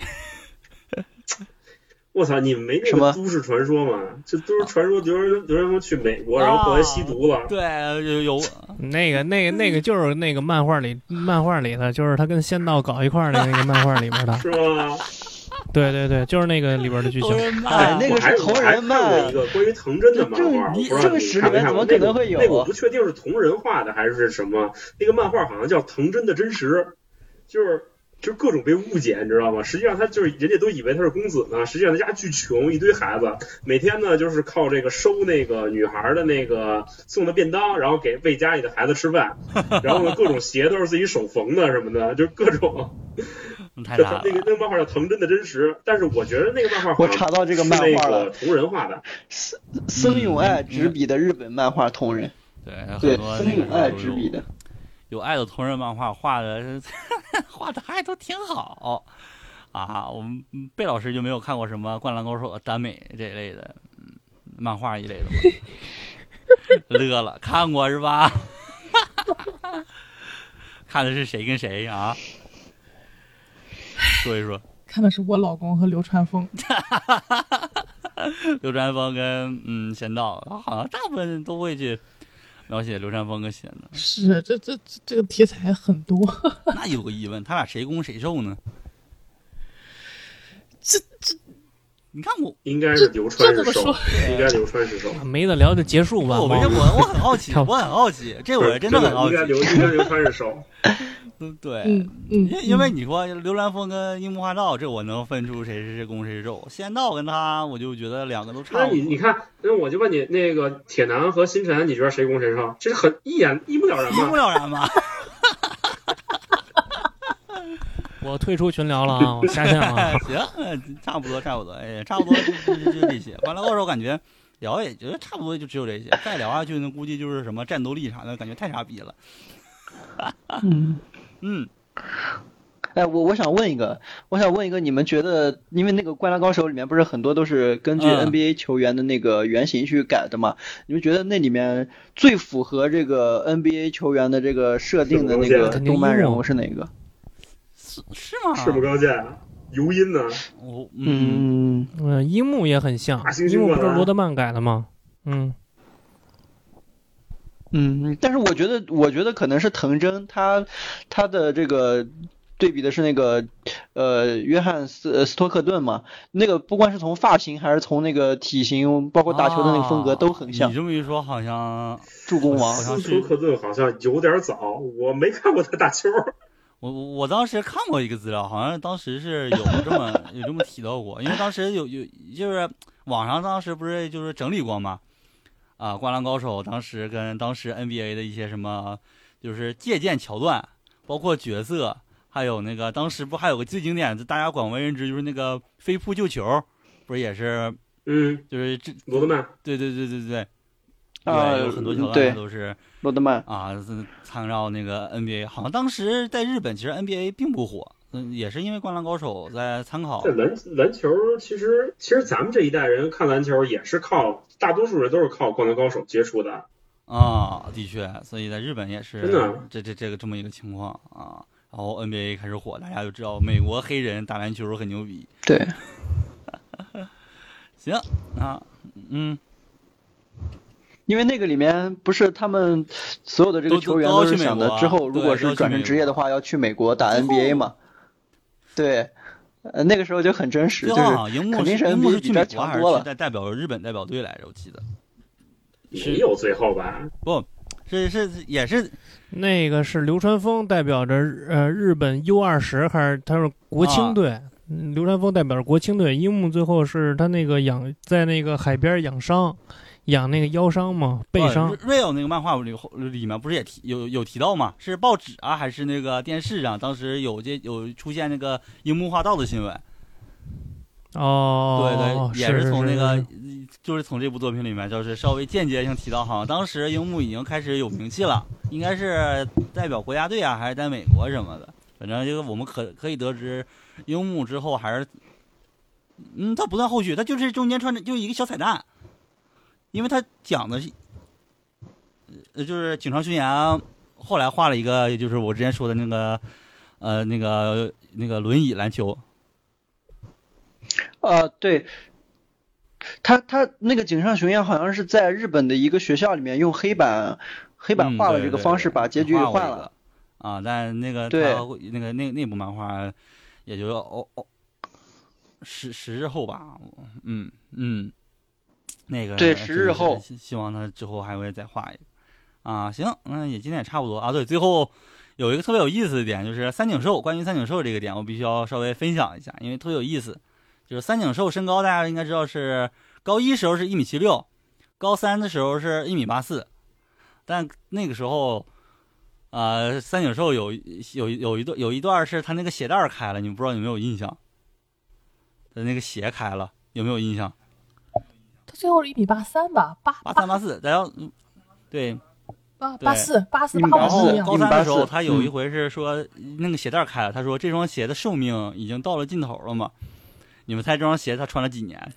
我操！你们没那个都市传说吗？这都是传说，流川枫去美国，然后后来吸毒了。 对，有那个就是那个漫画里的，就是他跟仙道搞一块儿的那个漫画里边的， 是吗？ 对，就是那个里边的剧情。 那个是同人漫。 我还看过一个关于藤真的漫画， 这个史里面怎么可能会有？ 那个我不确定是同人画的还是什么。那个漫画好像叫《藤真的真实》，就是各种被误解，你知道吗？实际上他就是人家都以为他是公子呢，实际上他家巨穷，一堆孩子，每天呢就是靠这个收那个女孩的那个送的便当，然后给喂家里的孩子吃饭，然后呢各种鞋都是自己手缝的什么的，就是各种。那个漫画叫《藤真的真实》，但是我觉得那个漫画我查到这个漫画了， 同人画的， 森永爱执笔的日本漫画同人。 对， 森永爱执笔的。 有爱的同人漫画画的还都挺好啊！我们贝老师就没有看过什么《灌篮高手》的耽美这一类的漫画一类的吗？乐了，看过是吧？看的是谁跟谁啊？说一说。 看的是我老公和流川枫。 流川枫跟仙道，好像大部分人都会去描写流川枫跟仙道。 是，这个题材很多。 那有个疑问，他俩谁攻谁受呢？你看我应该是流川是受，应该流川是受。 没得聊就结束吧。 我很好奇，这我真的很好奇。 应该流川是受。 对，因为你说流川枫跟樱木花道，这我能分出谁是攻谁是受。仙道跟他，我就觉得两个都差不多。 那你看，那我就问你，那个铁男和星辰，你觉得谁攻谁受？这是很一目了然吗？ 一目了然吗？ 我退出群聊了啊，我下线了。 行，差不多，哎，差不多就这些。灌篮高手感觉聊也觉得差不多就只有这些，再聊下去呢，估计就是什么战斗力啥的，感觉太傻逼了。 哎，我想问一个，你们觉得，因为那个《灌篮高手》里面不是很多都是根据 NBA 球员的那个原型去改的嘛？你们觉得那里面最符合这个 NBA 球员的这个设定的那个动漫人物是哪个？ 是吗？ 赤木刚宪。 尤因呢？ 樱木也很像，樱木不是罗德曼改的吗？ 但是我觉得可能是藤真他的这个对比的是那个约翰斯托克顿嘛，那个不管是从发型还是从那个体型，包括打球的那个风格都很像。 你这么一说，好像助攻王斯托克顿好像有点早，我没看过他打球。 我当时看过一个资料，好像当时是有这么提到过，因为当时有就是网上当时不是就是整理过嘛，灌篮高手当时跟当时 NBA 的一些什么就是借鉴桥段，包括角色，还有那个当时不还有个最经典的大家广为人知就是那个飞扑救球，不是也是就是这罗德曼， 对，有很多桥段都是罗德曼参照那个 NBA， 好像当时在日本其实 NBA 并不火，也是因为灌篮高手在参考。 这篮球其实咱们这一代人看篮球也是大多数人都是靠灌篮高手接触的的确，所以在日本也是这么一个情况啊。然后 NBA 开始火，大家就知道美国黑人打篮球很牛逼。 对， 行因为那个里面不是他们所有的这个球员都是想的之后如果是转成职业的话要去美国打 NBA 嘛。对，那个时候就很真实，就是肯定是 NBA 比这强多了。 是代表日本代表队来着，我记得。 没有最后吧？ 不，也是那个是流川枫代表着日本 U20还是他是国青队？流川枫代表着国青队，樱木最后是他那个在那个海边养那个腰伤嘛，背伤。 Real 那个漫画里面不是也有提到吗？是报纸还是那个电视上？当时有出现那个樱木花道的新闻。对，也是从那个就是从这部作品里面，就是稍微间接性提到，好像当时樱木已经开始有名气了，应该是代表国家队还是在美国什么的。反正这个我们可以得知，樱木之后还是，他不算后续，他就是中间穿着就一个小彩蛋。因为他讲的是，就是井上雄彦后来画了一个，就是我之前说的那个轮椅篮球。 对，他那个井上雄彦好像是在日本的一个学校里面用黑板画的这个方式把结局给换了。 但那个他那部漫画也就10日后吧，那个对10日后， 希望他之后还会再画一个行，今天也差不多对，最后有一个特别有意思的点，就是关于三井寿这个点，我必须要稍微分享一下，因为特别有意思。就是三井寿身高大家应该知道是高一时候是1.76米，高3的时候是1.84米，但那个时候三井寿有一段是他那个鞋带开了，你们不知道有没有印象？他那个鞋开了，有没有印象？ 他最后是1.83米吧 ，83、84，然后对 ，84、85。 然后高3的时候，他有一回是说那个鞋带开了，他说这双鞋的寿命已经到了尽头了嘛？你们猜这双鞋他穿了几年？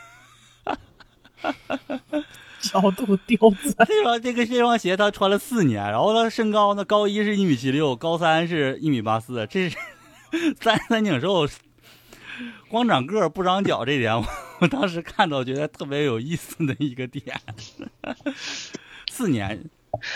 角度刁钻。 这双鞋他穿了4年，然后他身高呢，高1是1.76米，高3是1.84米，这是三井寿光长个不长脚这点，我当时看到觉得特别有意思的一个点。4年。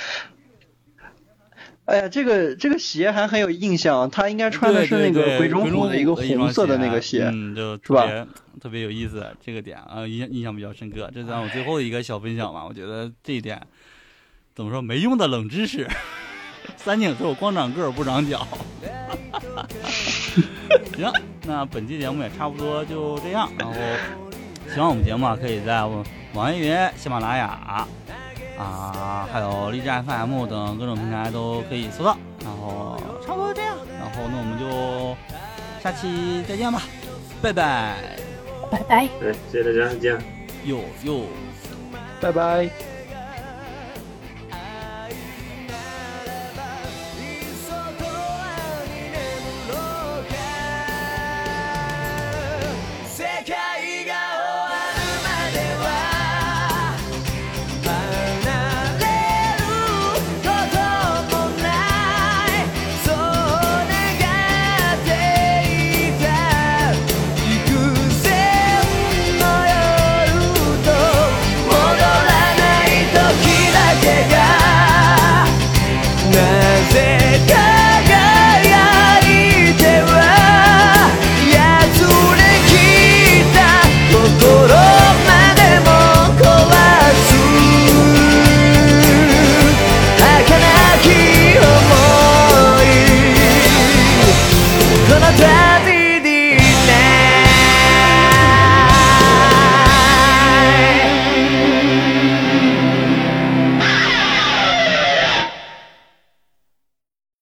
哎呀，这个鞋还很有印象，他应该穿的是那个鬼冢虎的一个红色的那个鞋， 就是吧？特别有意思这个点印象比较深刻。这算我最后一个小分享吧，我觉得这一点怎么说没用的冷知识，三井寿光长个不长脚。行，那本期节目也差不多就这样，然后希望我们节目可以在网易云、喜马拉雅还有荔枝 FM 等各种平台都可以搜到，然后差不多这样，然后那我们就下期再见吧，拜拜， 拜拜， 谢谢大家，再见， 哟， 拜拜。